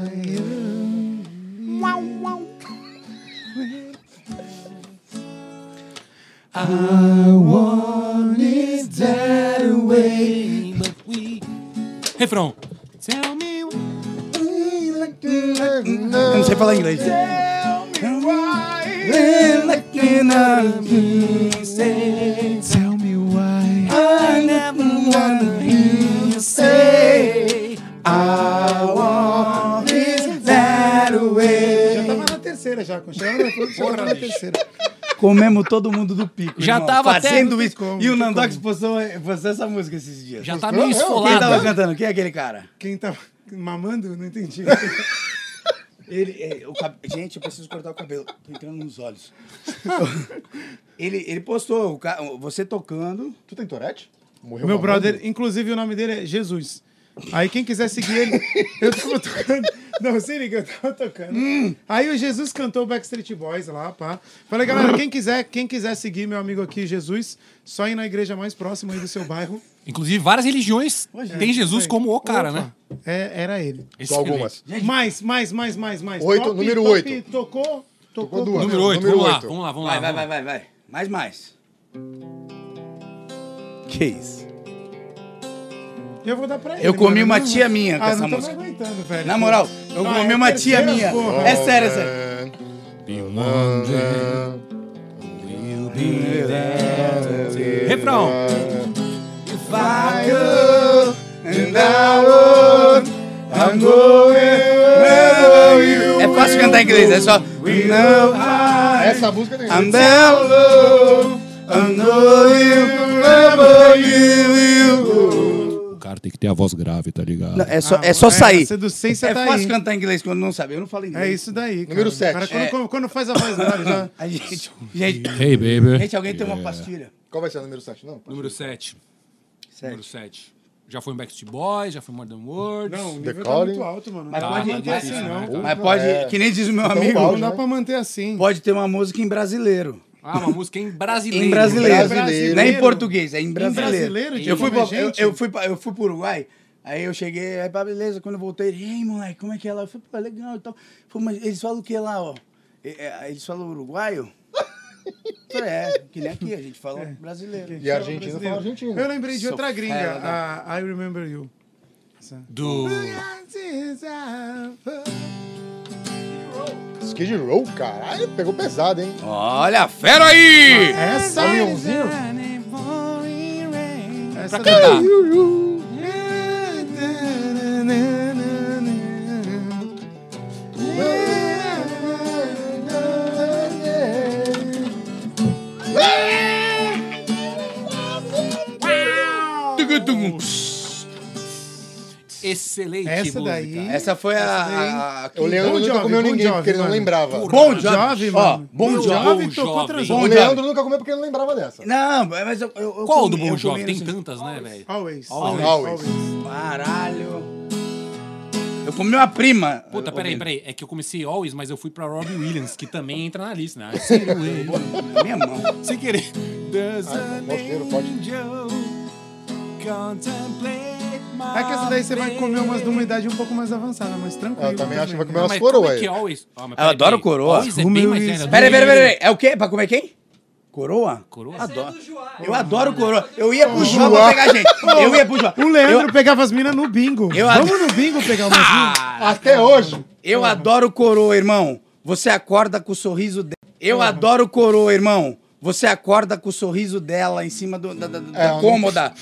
I want it that way. but we... Refrão. Tell me Eu não sei falar inglês. Tell me why I never wanna hear you say I want it that way. Já tava na terceira já, quando chegava na terceira. Comemos todo mundo do pico. Já irmão, tava até- fazendo não isso. tem como, E o não tem Nandox como. postou essa música esses dias. já tá meio Quem tava esfolado. cantando? Quem é aquele cara? Quem tava mamando? Não entendi. Gente, eu preciso cortar o cabelo. Tô entrando nos olhos. ele postou você tocando. Tu tem Tourette? Morreu Meu mamando? brother, inclusive o nome dele é Jesus. Aí quem quiser seguir ele, eu tava tocando. Não, se liga, eu tava tocando. Aí o Jesus cantou Backstreet Boys lá, pá. Falei, galera, quem quiser seguir meu amigo aqui, Jesus, só ir na igreja mais próxima aí do seu bairro. Inclusive, várias religiões têm Jesus como o cara, né? Era ele. Só algumas. Mais. 8, número 8. Tocou duas. Número 8, Número vamos lá, oito. vamos lá, vamos lá. Vai. Mais. Que isso? Eu vou dar pra ele. Eu comi mano. uma Não- tia minha com essa não tô música. me aguentando, velho. Na moral, eu Ah, comi é uma a tia terceira, minha. porra. É sério. Refrão. If I could, and I would, I'm going wherever you. É fácil cantar em inglês, é só. We know Essa música tem. I'm down low, I'm going wherever you go. O cara tem que ter a voz grave, tá ligado? Não, é só sair. Essa do Ciência É tá fácil aí. cantar inglês quando não sabe. Eu não falo inglês. É isso daí, cara. Número 7. Cara, quando faz a voz grave, já... A gente, Hey, baby. gente, alguém tem uma pastilha? Qual vai ser o número 7? Não, Número 7. Sério. Número 7. Já foi um Backstreet Boys, já foi Modern Words. Não, o nível tá Calling. muito alto, mano. Não Mas dá pra pode- manter mas- assim, não. Mas pode, que nem diz o meu amigo, balde, Não dá né? pra manter assim. pode ter uma música em brasileiro. Ah, uma música em brasileiro. Em brasileiro. Brasileiro. Não é em português, é em brasileiro. brasileiro, eu, fui como é pra, gente? eu fui pro Uruguai, aí eu cheguei, aí pá, beleza, quando eu voltei, ei, moleque, como é que é lá? Eu falei, pô, legal e tal. Falei, mas eles falam o que lá, ó? Eles falam uruguaio? Eu falei, que nem aqui, a gente fala brasileiro. E a Argentina fala Argentina. Eu lembrei de Sou outra gringa, fera, a I Remember You. Do... Skid Row, caralho, pegou pesado, hein? Olha a fera aí! Essa Só um leãozinho? Essa Pra cantar. Excelente Essa música. daí. Essa foi a O Leandro Bon nunca Jovi, comeu Bon ninguém, Jovi, porque ele não mano. lembrava. Bom Jovi, Jovi, ó, mano. Bom Bon Jovi. Jovi. tocou Jovem. outras O Bon vezes. Leandro nunca comeu porque ele não lembrava dessa. Não, mas eu Qual comi- do Bon eu Jovi? comi Tem nesse- tantas, né, velho? Always. Always. Caralho. Eu comi uma prima. Puta, ouvindo. peraí. É que eu comecei Always, mas eu fui pra Robbie Williams, que também entra na lista, né? Minha mão. Sem querer. There's Ai, an mosqueiro, pode. angel, contemplate my É que essa daí você vai comer umas de uma idade um pouco mais avançada, mas tranquilo. Eu também acho que vai comer Não, umas mas coroas como é aí. que Always... Ah, mas Eu peraí, adoro peraí. coroa. Always é bem mais velha. Peraí. É o quê? Pra comer quem? Coroa? Coroa? Adoro. Eu adoro coroa. Eu ia pro João pra pegar gente. Eu ia pro João. O Leandro pegava as minas no bingo. Eu Vamos no bingo pegar umas minas. Até hoje. Eu adoro coroa, irmão. Você acorda com o sorriso dela. Eu adoro coroa, irmão. Você acorda com o sorriso dela em cima da cômoda.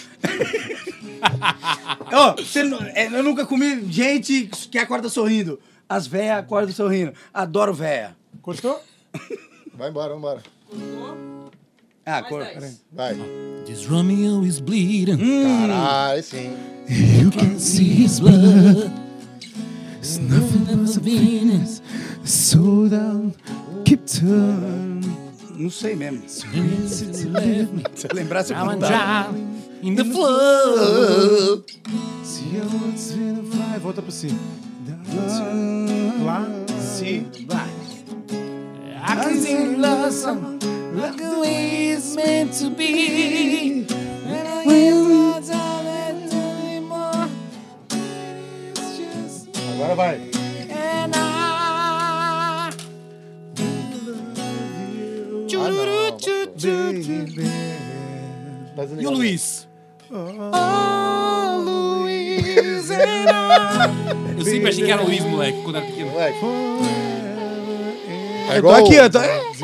Ó, eu nunca comi gente que acorda sorrindo. As véias acordam sorrindo. Adoro véia. Gostou? Vai embora, vambora. Ah, cor... Vai. This Romeo is bleeding. Caralho, sim. You can see his blood. It's nothing but Venus. Slow down, keep turning. Não sei mesmo. Since you left me, Se eu lembrasse, eu now I'm cantava. drowning in the flood. See what's in the fly. Volta pro si. Lá, si, vai. I can sing love song like the way it's meant to be. And I ain't got time anymore. Agora vai. And I... Tá E o desligado. Luiz? Oh, Luiz and I... Eu sempre achei que era o Luiz, moleque, quando era pequeno. Moleque. É Eu tô igual aqui, eu tô...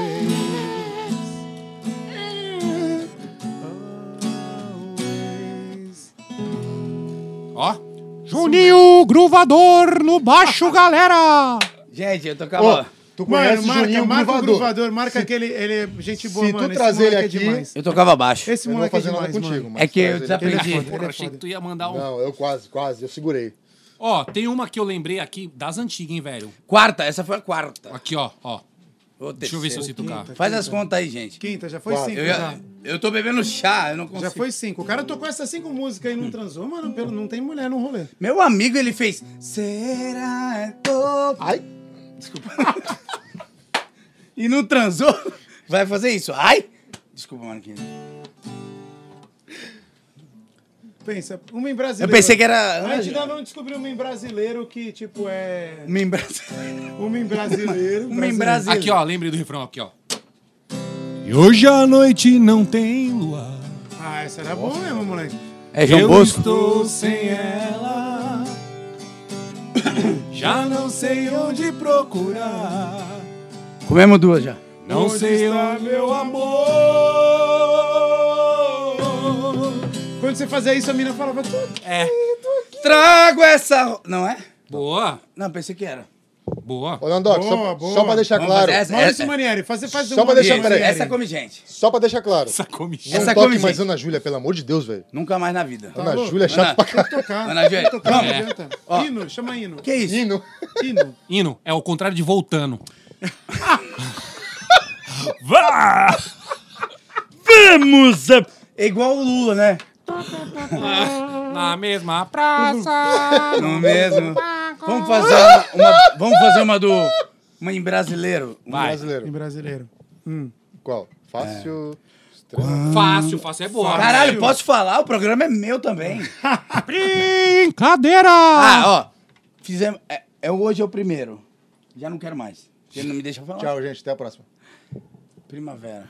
Ó, Juninho Gruvador no baixo, galera! Gente, eu Ô, tocava... tu conhece Mano, o Juninho marca o Gruvador. gruvador, marca aquele. Ele é gente boa, se mano. tu esse trazer ele moleque aqui- é demais. Eu tocava baixo. Esse Eu não vou moleque é fazer nada demais, contigo, mano. mas É que eu traz ele aqui. desaprendi. Ele é foda, eu achei que tu ia mandar um... Não, eu quase, eu segurei. Ó, tem uma que eu lembrei aqui das antigas, hein, velho? Quarta, essa foi a quarta. Aqui, ó. Ô, Deixa eu ver se eu terceira. sei tocar. Faz as contas aí, gente. Quinta, já foi Quatro. 5. Eu tô bebendo chá, eu não consigo. Já foi 5. O cara tocou essas 5 músicas e não transou, mano. Não tem mulher no rolê. Meu amigo, ele fez... Será tô... Ai, E não transou? Vai fazer isso? Ai! Desculpa, Marquinhos. Pensa, um em Eu brasileiro. pensei que era... A gente ainda não descobriu um em brasileiro que, tipo, é. Membra... Um em brasileiro. brasileiro. Aqui, ó, lembrei do refrão aqui, ó. E hoje à noite não tem luar. Ah, essa era boa mesmo, moleque. É João Bosco? Estou sem ela. Já não sei onde procurar. Comemos duas já. Não sei onde meu amor. Quando você fazia isso, a mina falava tudo. É. Trago essa... Não é? Boa. Não, pensei que era. Boa. ô Nandoc, Boa, boa. só pra deixar Vamos claro. fazer essa? Maurício Manieri, faz Só um pra deixar- Isso, peraí. essa come gente. Só pra deixar claro. Essa come Não Essa toque come mais gente. Ana Júlia, pelo amor de Deus, velho. Nunca mais na vida. Ana louco? Júlia é chato Ana- pra Tem caralho. que tocar. Ana Júlia, Tem que tocar, não vamos. adianta. Ó. Hino, chama hino. Que isso? Hino. Hino. Hino é o contrário de voltando. Vamos! É igual o Lula, né? Na mesma praça. Não mesmo. Vamos fazer vamos fazer uma do... Uma em brasileiro. Vai. Brasileiro. Em brasileiro. Qual? Fácil. Fácil, fácil é boa. Caralho, posso falar? O programa é meu também. Brincadeira! Ah, ó. Fizemos... hoje é o primeiro. Já não quero mais. Você não me deixa falar. Tchau, gente. Até a próxima. Primavera.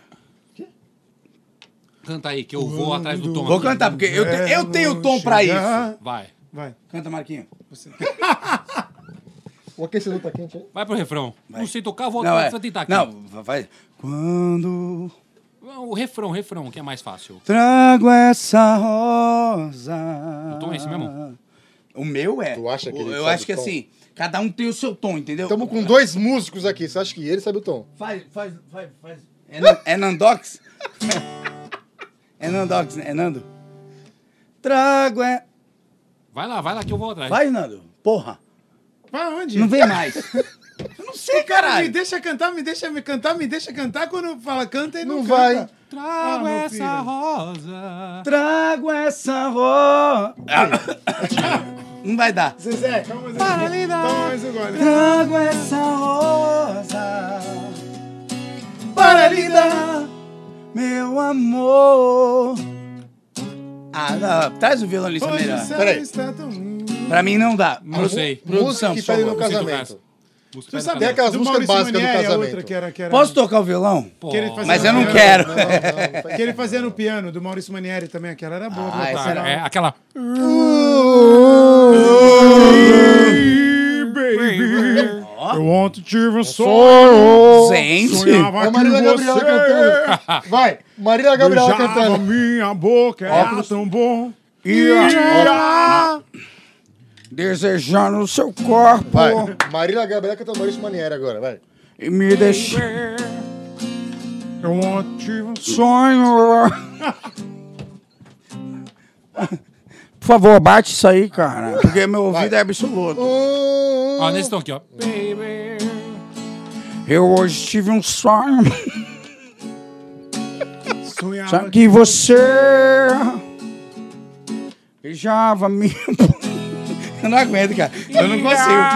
Canta aí, que eu vou atrás do tom. Vou aqui. cantar, porque eu tenho tom pra isso. Vai. Vai. Canta, Marquinhos. O aquecedor tá quente aí? Vai pro refrão. Não sei tocar, vou Não, tentar aqui. Não, vai. Quando O refrão, que é mais fácil. trago essa rosa... O tom é esse mesmo? O meu é. Tu acha que ele Eu sabe acho que o tom? assim, cada um tem o seu tom, entendeu? Estamos com 2 músicos aqui. Você acha que ele sabe o tom? Faz. É Nandox? É Nandox, né? É Nando? Trago é... Vai lá que eu vou atrás. Vai, Nando. Porra. Vai onde? Não vem mais. Eu não sei, Me caralho. deixa cantar, me deixa cantar. Quando fala canta e não, Não canta. vai. Trago meu essa filho. rosa. Trago essa rosa... Não vai dar. Zezé, calma, Zezé. Para lidar. Toma mais um gole. Trago essa rosa para lhe dar, meu amor. Ah, não. Traz o violonista Hoje o melhor. céu Peraí. está tão lindo. Pra mim não dá. Não sei. Música Produção, que por pede no favor. casamento. Tu sabe Tem aquelas do músicas Maurício básicas do Manieri, a casamento. outra que era... Posso tocar o violão? Que ele fazia Mas no eu não piano. quero. Não, Que ele fazia no piano, do Maurício Manieri também, aquela era boa. Ah, essa Cara, é aquela. I want to give a song. Gente. Sonhava É a Marília que Gabriela você cantando. Vai, Marília Gabriela beijava cantando. minha boca, era tão bom. Desejando o seu corpo Vai, Marília Gabriela cantando Maurício Manieri agora, vai. e me deixar I want to give a song. sonho. Por favor, bate isso aí, cara. Porque meu ouvido é absoluto. Ó, nesse tom aqui, ó. Eu hoje tive um sonho. Sonhava Sabe que você beijava minha. Eu não aguento, cara. Eu não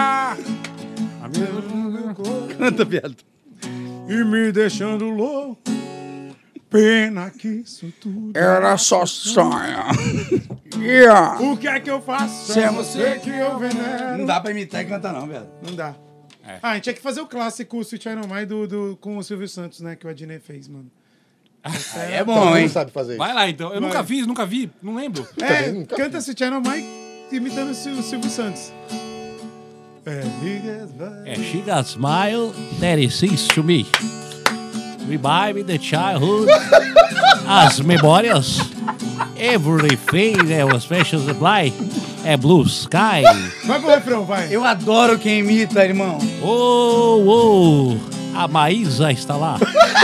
consigo. Canta, viado. e me deixando louco. Pena que isso tudo. Era só sonho. Yeah. O que é que eu faço? Se É é você que eu venero. Não dá pra imitar e cantar, não, velho. Não dá. Ah, a gente tinha que fazer o clássico Sweet Child O' Mine com o Silvio Santos, né? Que o Adnet fez, mano. Aí é Todo bom, mundo hein? sabe fazer isso. Vai lá, então. Eu nunca vi, não lembro. É, nunca canta Sweet Child O' Mine imitando o Silvio Santos. She got smile that it seems to me. Revive the childhood, as memórias, everything that was special supply, é blue sky. Vai pro refrão, vai. Eu adoro quem imita, irmão. Oh, a Maísa está lá.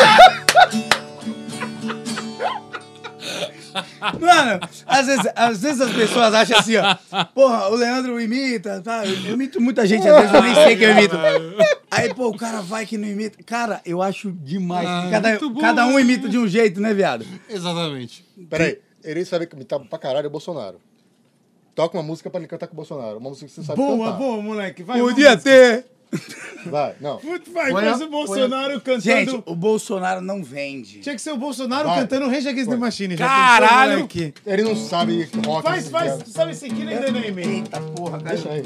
Mano, às vezes as pessoas acham assim, ó. Porra, o Leandro imita, tá? Eu imito muita gente, às vezes eu nem sei que eu imito. Aí, pô, o cara vai que não imita. Cara, eu acho demais. Cada um imita de um jeito, né, viado? Exatamente. Peraí, ele sabe que imitar pra caralho é o Bolsonaro. Toca uma música pra ele cantar com o Bolsonaro. Uma música que você sabe Boa, cantar. boa, moleque. Vai, Podia ter. Vai, não. Vai, faz o Bolsonaro cantando. Gente, o Bolsonaro não vende. Tinha que ser o Bolsonaro Vai. cantando Rage Against the Machine. Já Caralho! pensou, moleque? Ele não sabe rock. Faz, tu sabe esse aqui, nem The Name. Eita porra, cara. Deixa aí.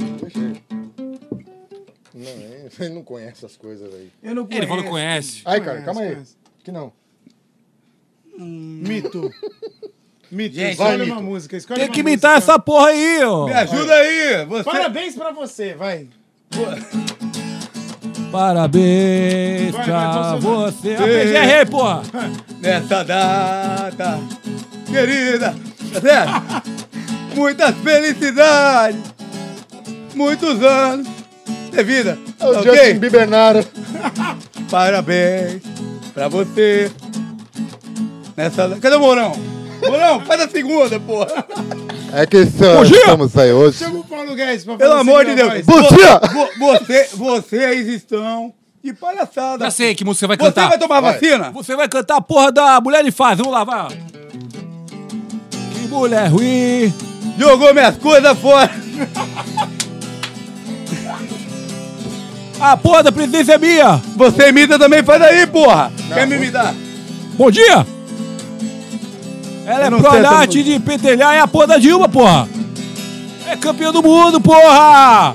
Não, ele não conhece essas coisas aí. Eu não conheço. Ele falou que conhece. Aí, cara, calma aí. Conhece. Que não. Mito. Mito, Gente, escolhe vai, uma Mito. música. Escolhe Tem uma que imitar música. essa porra aí, ó. Me ajuda aí. Você... Parabéns pra você, vai. Parabéns Vai, pra Bolsonaro. você. Errei, porra. Nessa data, querida, tá certo? Muitas felicidades, muitos anos de vida, É o ok? Justin Bieber. Parabéns pra você. Nessa... Cadê o Mourão? Mourão, faz a segunda, porra. É que estamos aí hoje. Chama o Paulo Guedes pra Pelo fazer amor assim, de ó, Deus. vai. Bom dia! Vocês estão de palhaçada. Já sei que música você vai Você cantar. vai tomar Vai. vacina? Você vai cantar a porra da Mulher de Fase. Vamos lá, vai. ó. Que mulher ruim. Jogou minhas coisas fora. A porra da presidência é minha. Você imita também, faz aí, porra. Quer me imitar? Bom dia. Ela é não sei essa prolate de pentelhar, é a porra da Dilma, porra. É campeã do mundo, porra.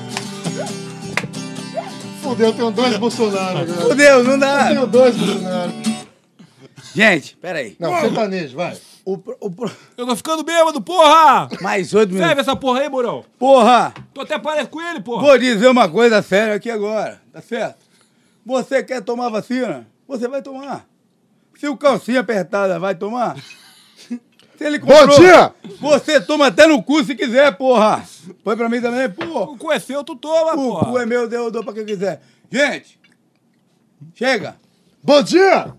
Fudeu, eu tenho dois Bolsonaro agora. Fudeu, não Eu dá. tenho dois Bolsonaro. Gente, peraí. Não, sertanejo, vai. Eu tô ficando bêbado, porra. Mais 8 minutos. Serve essa porra aí, Mourão. Porra, Tô até parecido com ele, porra. vou dizer uma coisa séria aqui agora, tá certo? Você quer tomar vacina? Você vai tomar. Se o calcinha apertada vai tomar? Se ele comprou, Bom dia! você toma até no cu se quiser, porra. Põe pra mim também, porra. O cu é seu, tu toma, O porra. cu é meu, eu dou pra quem quiser. Gente, chega. Bom dia!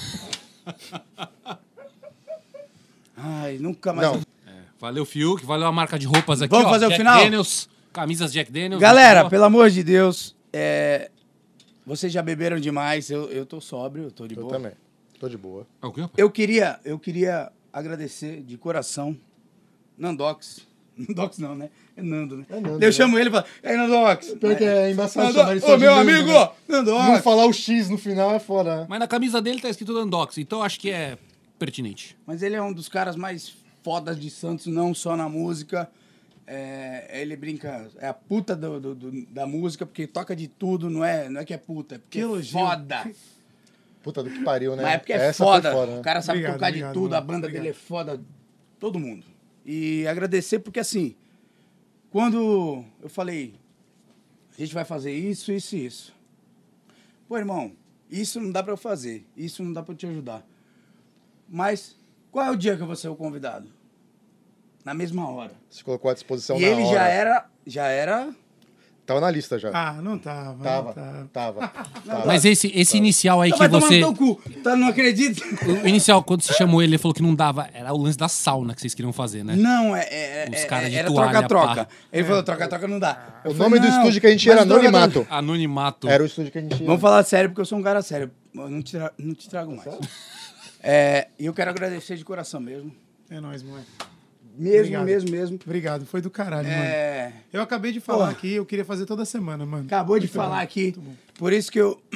Ai, nunca mais. Não. Valeu, Fiuk. Valeu a marca de roupas aqui, Vamos ó. fazer o Jack final? Daniels, camisas Jack Daniels. Galera, Ó. pelo amor de Deus, vocês já beberam demais, eu tô sóbrio, eu tô de Eu boa. também. Tô de boa. É o quê, rapaz? Eu queria agradecer de coração Nandox, Nandox não, né? É Nando, né? É Nando, Eu né? chamo ele e falo, ei, Nandox. Pior que é embaçado Nandox, chamar ele só ô, de meu Nando, amigo, né? Nandox. Não falar o X no final é foda, né? Mas na camisa dele tá escrito Nandox, então acho que é pertinente. Mas ele é um dos caras mais fodas de Santos, não só na música. Ele brinca, é a puta da música, porque toca de tudo, não é que é puta, é porque Que é elogio. foda. Puta do que pariu, né? Mas é porque é Essa foi foda. né? O cara sabe Obrigado, tocar obrigado, de tudo, mano. a banda dele é foda, todo mundo. E agradecer porque, assim, quando eu falei, a gente vai fazer isso, isso e isso. Pô, irmão, isso não dá pra eu fazer, isso não dá pra eu te ajudar. Mas qual é o dia que eu vou ser o convidado? Na mesma hora. Se colocou à disposição E na ele hora. já era... Tava na lista já. Ah, não tava. Tava. Mas esse inicial aí Não, que vai você... tomar no teu cu, tá? Não acredito. O inicial, quando você chamou ele falou que não dava. Era o lance da sauna que vocês queriam fazer, né? Não, Os caras de era toalha, troca-troca. pá. Ele falou, troca-troca não dá. Eu O falei, nome do não, estúdio que a gente mas ia era troca-troca- Anonimato. Anonimato. Era o estúdio que a gente ia. Vamos falar sério, porque eu sou um cara sério. Eu não te trago mais. E eu quero agradecer de coração mesmo. É nóis, moleque. Mesmo, Obrigado. mesmo. Obrigado, foi do caralho, mano. Eu acabei de falar Porra. aqui, eu queria fazer toda semana, mano. Acabou de falar aqui. Por isso que eu...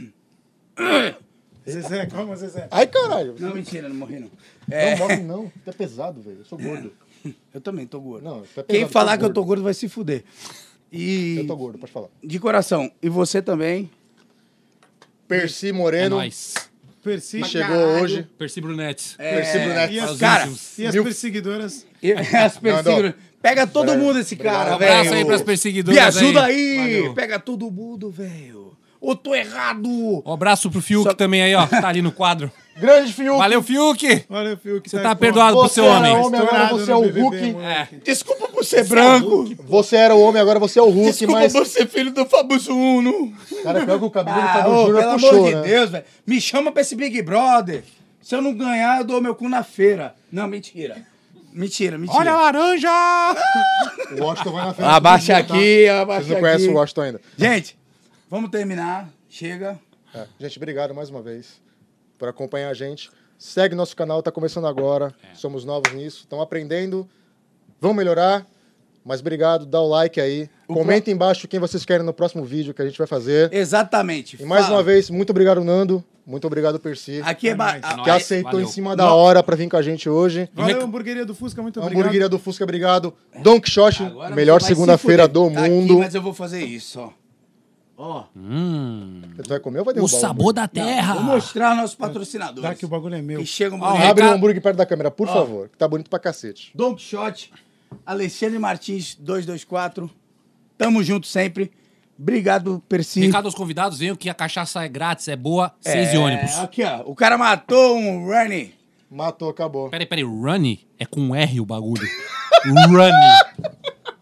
Zezé, calma, Zezé. Ai, caralho. Não, mentira, não morri não. Não morre não. Tu é pesado, velho. Eu sou gordo. Eu também tô gordo. Não, tu é pesado, Quem eu falar tô que eu tô gordo. gordo vai se fuder. E Eu tô gordo, pode falar. de coração. E você também. Percy É Moreno, nóis. Persi, que chegou hoje. Percy Brunetti. Percy Brunetti. E as, Cara, e as mil- perseguidoras. E as perseguidoras. Pega todo mundo esse cara, Um velho. abraço aí pras perseguidoras Me ajuda aí. aí. Valeu. Pega todo mundo, velho. Ou tô errado. Um abraço pro Fiuk também aí, ó. Tá ali no quadro. Grande Fiuk. Valeu, Fiuk! Olha, Fiuk. Você tá perdoado pro Você seu era homem. homem, agora Estourado você é no o BBB, Hulk. moleque. Desculpa por ser branco. Você era o homem, agora você é o Hulk, Desculpa mas... por ser filho do Fabuso Uno. Cara, pior que o cabelo do Ah, Fábio ô, Júnior pelo puxou, amor de né? Deus, velho. Me chama pra esse Big Brother. Se eu não ganhar, eu dou meu cu na feira. Não, mentira. Mentira. Olha a laranja! O Washington vai na frente. Abaixa todo mundo, tá? aqui, abaixa Vocês não conhecem aqui. o Washington ainda. Gente, vamos terminar. Chega. Gente, obrigado mais uma vez por acompanhar a gente. Segue nosso canal, tá começando agora. Somos novos nisso, estamos aprendendo. Vamos melhorar. Mas obrigado, dá o like aí. Comenta embaixo quem vocês querem no próximo vídeo que a gente vai fazer. Exatamente. E mais Fala. uma vez, muito obrigado, Nando. Muito obrigado, Percy. Aqui é... nóis. Que aceitou Valeu. em cima da hora pra vir com a gente hoje. Valeu, hamburgueria do Fusca, muito obrigado. Hamburgueria do Fusca, obrigado. Don Quixote, Agora melhor você vai se segunda-feira fuder. do Tá aqui, mundo. mas eu vou fazer isso, ó. Ó. Tu vai comer ou vai O derrubar? sabor da terra. Vou mostrar nossos patrocinadores. Dá que o bagulho é meu. Que chegam Ó, Abre o Recado- hambúrguer perto da câmera, por favor, que tá bonito pra cacete. Don Quixote, Alexandre Martins 224. Tamo junto sempre. Obrigado, Percy. Recado aos convidados, venham que a cachaça é grátis, é boa, 6 de ônibus. Aqui, ó. O cara matou um Runny. Matou, acabou. Peraí, Runny? É com R o bagulho. Runny.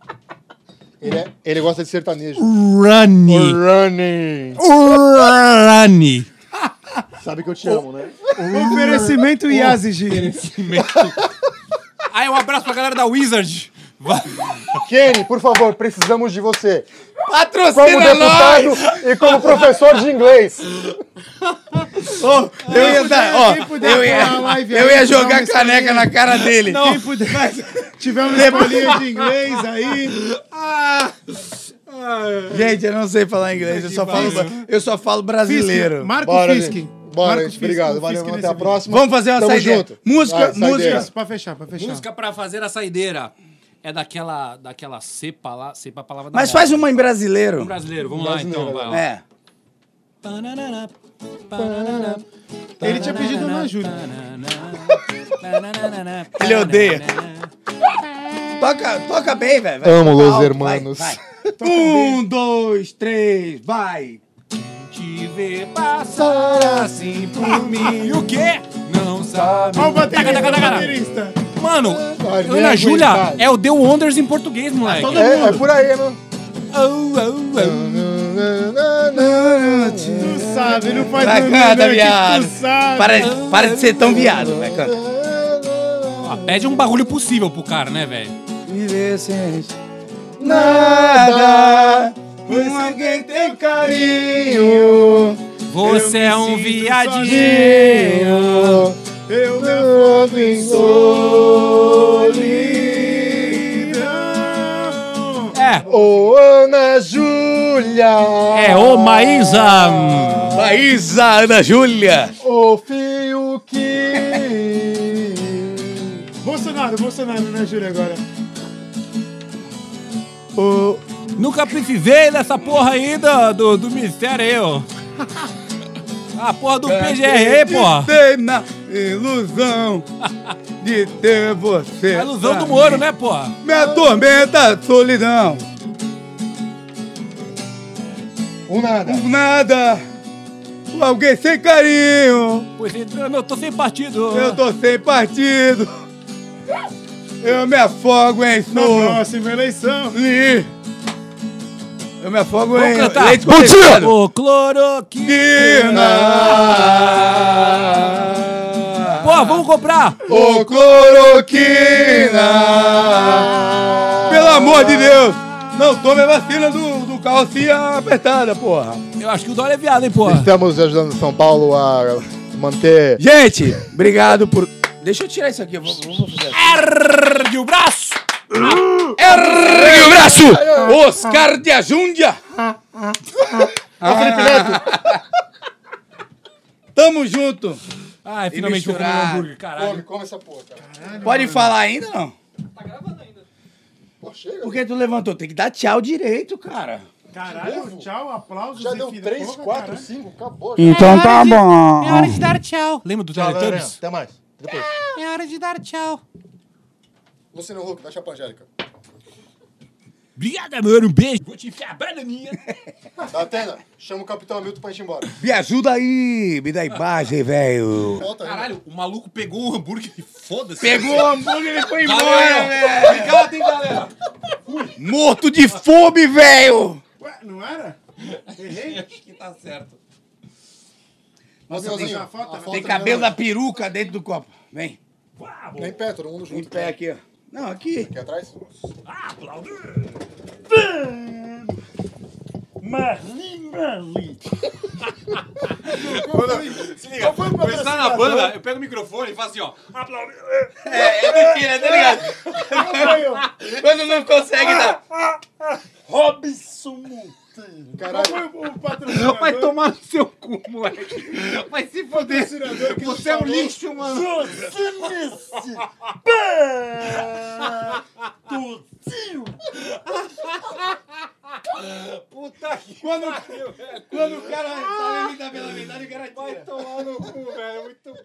Ele gosta de sertanejo. Runny. Running. Runny. Sabe que eu te amo, né? Oferecimento Yazigi. Aí, um abraço pra galera da Wizard. Kenny, por favor, precisamos de você. Como Patrocina deputado nós! e como professor de inglês. Ô, eu ia dar, ó, quem puder eu ia, apoiar a live eu aí, ia dar jogar uma caneca escolinha. na cara dele. Quem puder. Tiver uma escolinha de inglês aí. Gente, eu não sei falar inglês, eu só falo brasileiro. Marco Bora, Fisk. gente. Bora, Marco gente. Fisk, Obrigado. o Valeu, Fisk até nesse a vídeo. próxima. Vamos fazer uma Tamo saideira. junto. Música, Vai, saideira. Isso, pra fechar. Música pra fazer a saideira. É daquela cepa lá, cepa a palavra da Mas moda. faz uma em brasileiro. Um brasileiro, vamos lá então. Vai lá. É. Ele tinha pedido Ana Júlia. Ele odeia. Toca bem, velho. vai. Amo los Alto, hermanos. vai. 1, 2, 3, vai. Te ver passar assim por mim. E o quê? Não sabe. Olha o baterista. Taca, taca, taca. baterista. Mano, Vai, nem Ana Júlia aguentar. é o The Wonders em português, moleque. É por aí, né? Tu sabe, não faz Vai, nada, canta, que viado. tu sabe. Para de ser tão viado. Vai, canta. Ó, pede um bagulho possível pro cara, né, velho? Nada, com alguém tem carinho. Você é um sinto viadinho. Eu me afogo em solidão. Ô, Ana Júlia! É o Maísa. Maísa, Ana Júlia. Ô, Fiuk! Bolsonaro, né, Júlia, agora? Nunca precisei dessa porra aí do Ministério aí, ó. A porra do PGR, porra. Tem na ilusão de ter você. A ilusão do Moro, né, porra? Me atormenta a solidão. Nada. Nada. Alguém sem carinho. Pois então, eu tô sem partido. Eu tô sem partido. Eu me afogo em Na som. próxima eleição. Eu me afogo Vamos em cantar. leite Bom condensado. dia! Ô, cloroquina. Pô, vamos comprar. Ô, cloroquina. Pelo amor de Deus. Não tome a vacina do calcinha apertada, porra. Eu acho que o Dória é viado, hein, porra. Estamos ajudando São Paulo a manter... Gente, obrigado por... Deixa eu tirar isso aqui. Vou fazer assim. Ergue o braço. Ergue o braço! Oscar de Ajúndia! Felipe Neto! Tamo junto! Ai, finalmente vou comer um misturado. hambúrguer, caralho. Come essa porra, cara. Pode falar ainda, não? Pô, chega. Por que tu levantou? Tem que dar tchau direito, cara. Caralho, tchau, aplausos. Já e deu fim da 3, porra, 4, caralho. 5, acabou. Já. Então tá bom. É hora de dar tchau. Lembra do Tchau, galera. Teletubbies? Até mais. Depois. É hora de dar tchau. Luciano Huck, dá chapa Angélica. Obrigado, amor. Um beijo. Vou te enfiar a bananinha. Tá, Atena, chama o Capitão Hamilton pra gente ir embora. Me ajuda aí, me dá imagem, velho. Volta aí. Caralho, o maluco pegou o hambúrguer e foda-se. Pegou o hambúrguer e foi embora, Valeu. velho. Obrigado, hein, galera. Morto de fome, velho. Ué, não era? Errei? Acho que tá certo. Nossa, Mateuzinho, tem, a foto tem da cabelo minha da peruca dentro do copo. Vem, mãe. Nem pé, todo mundo em junto. pé aqui, ó. Não, aqui. Aqui atrás? Se liga, quando você tá na banda, eu pego o microfone e faço assim, ó. É mentira, tá ligado? Quando não consegue dar. Robson Caralho. O patrocinador. Vai tomar no seu cu, moleque. Vai se foder. patrocinador que Você é um lixo, mano. Puta que Quando o cara tá me dá pela verdade, o cara tira. vai tomar no cu, velho. Muito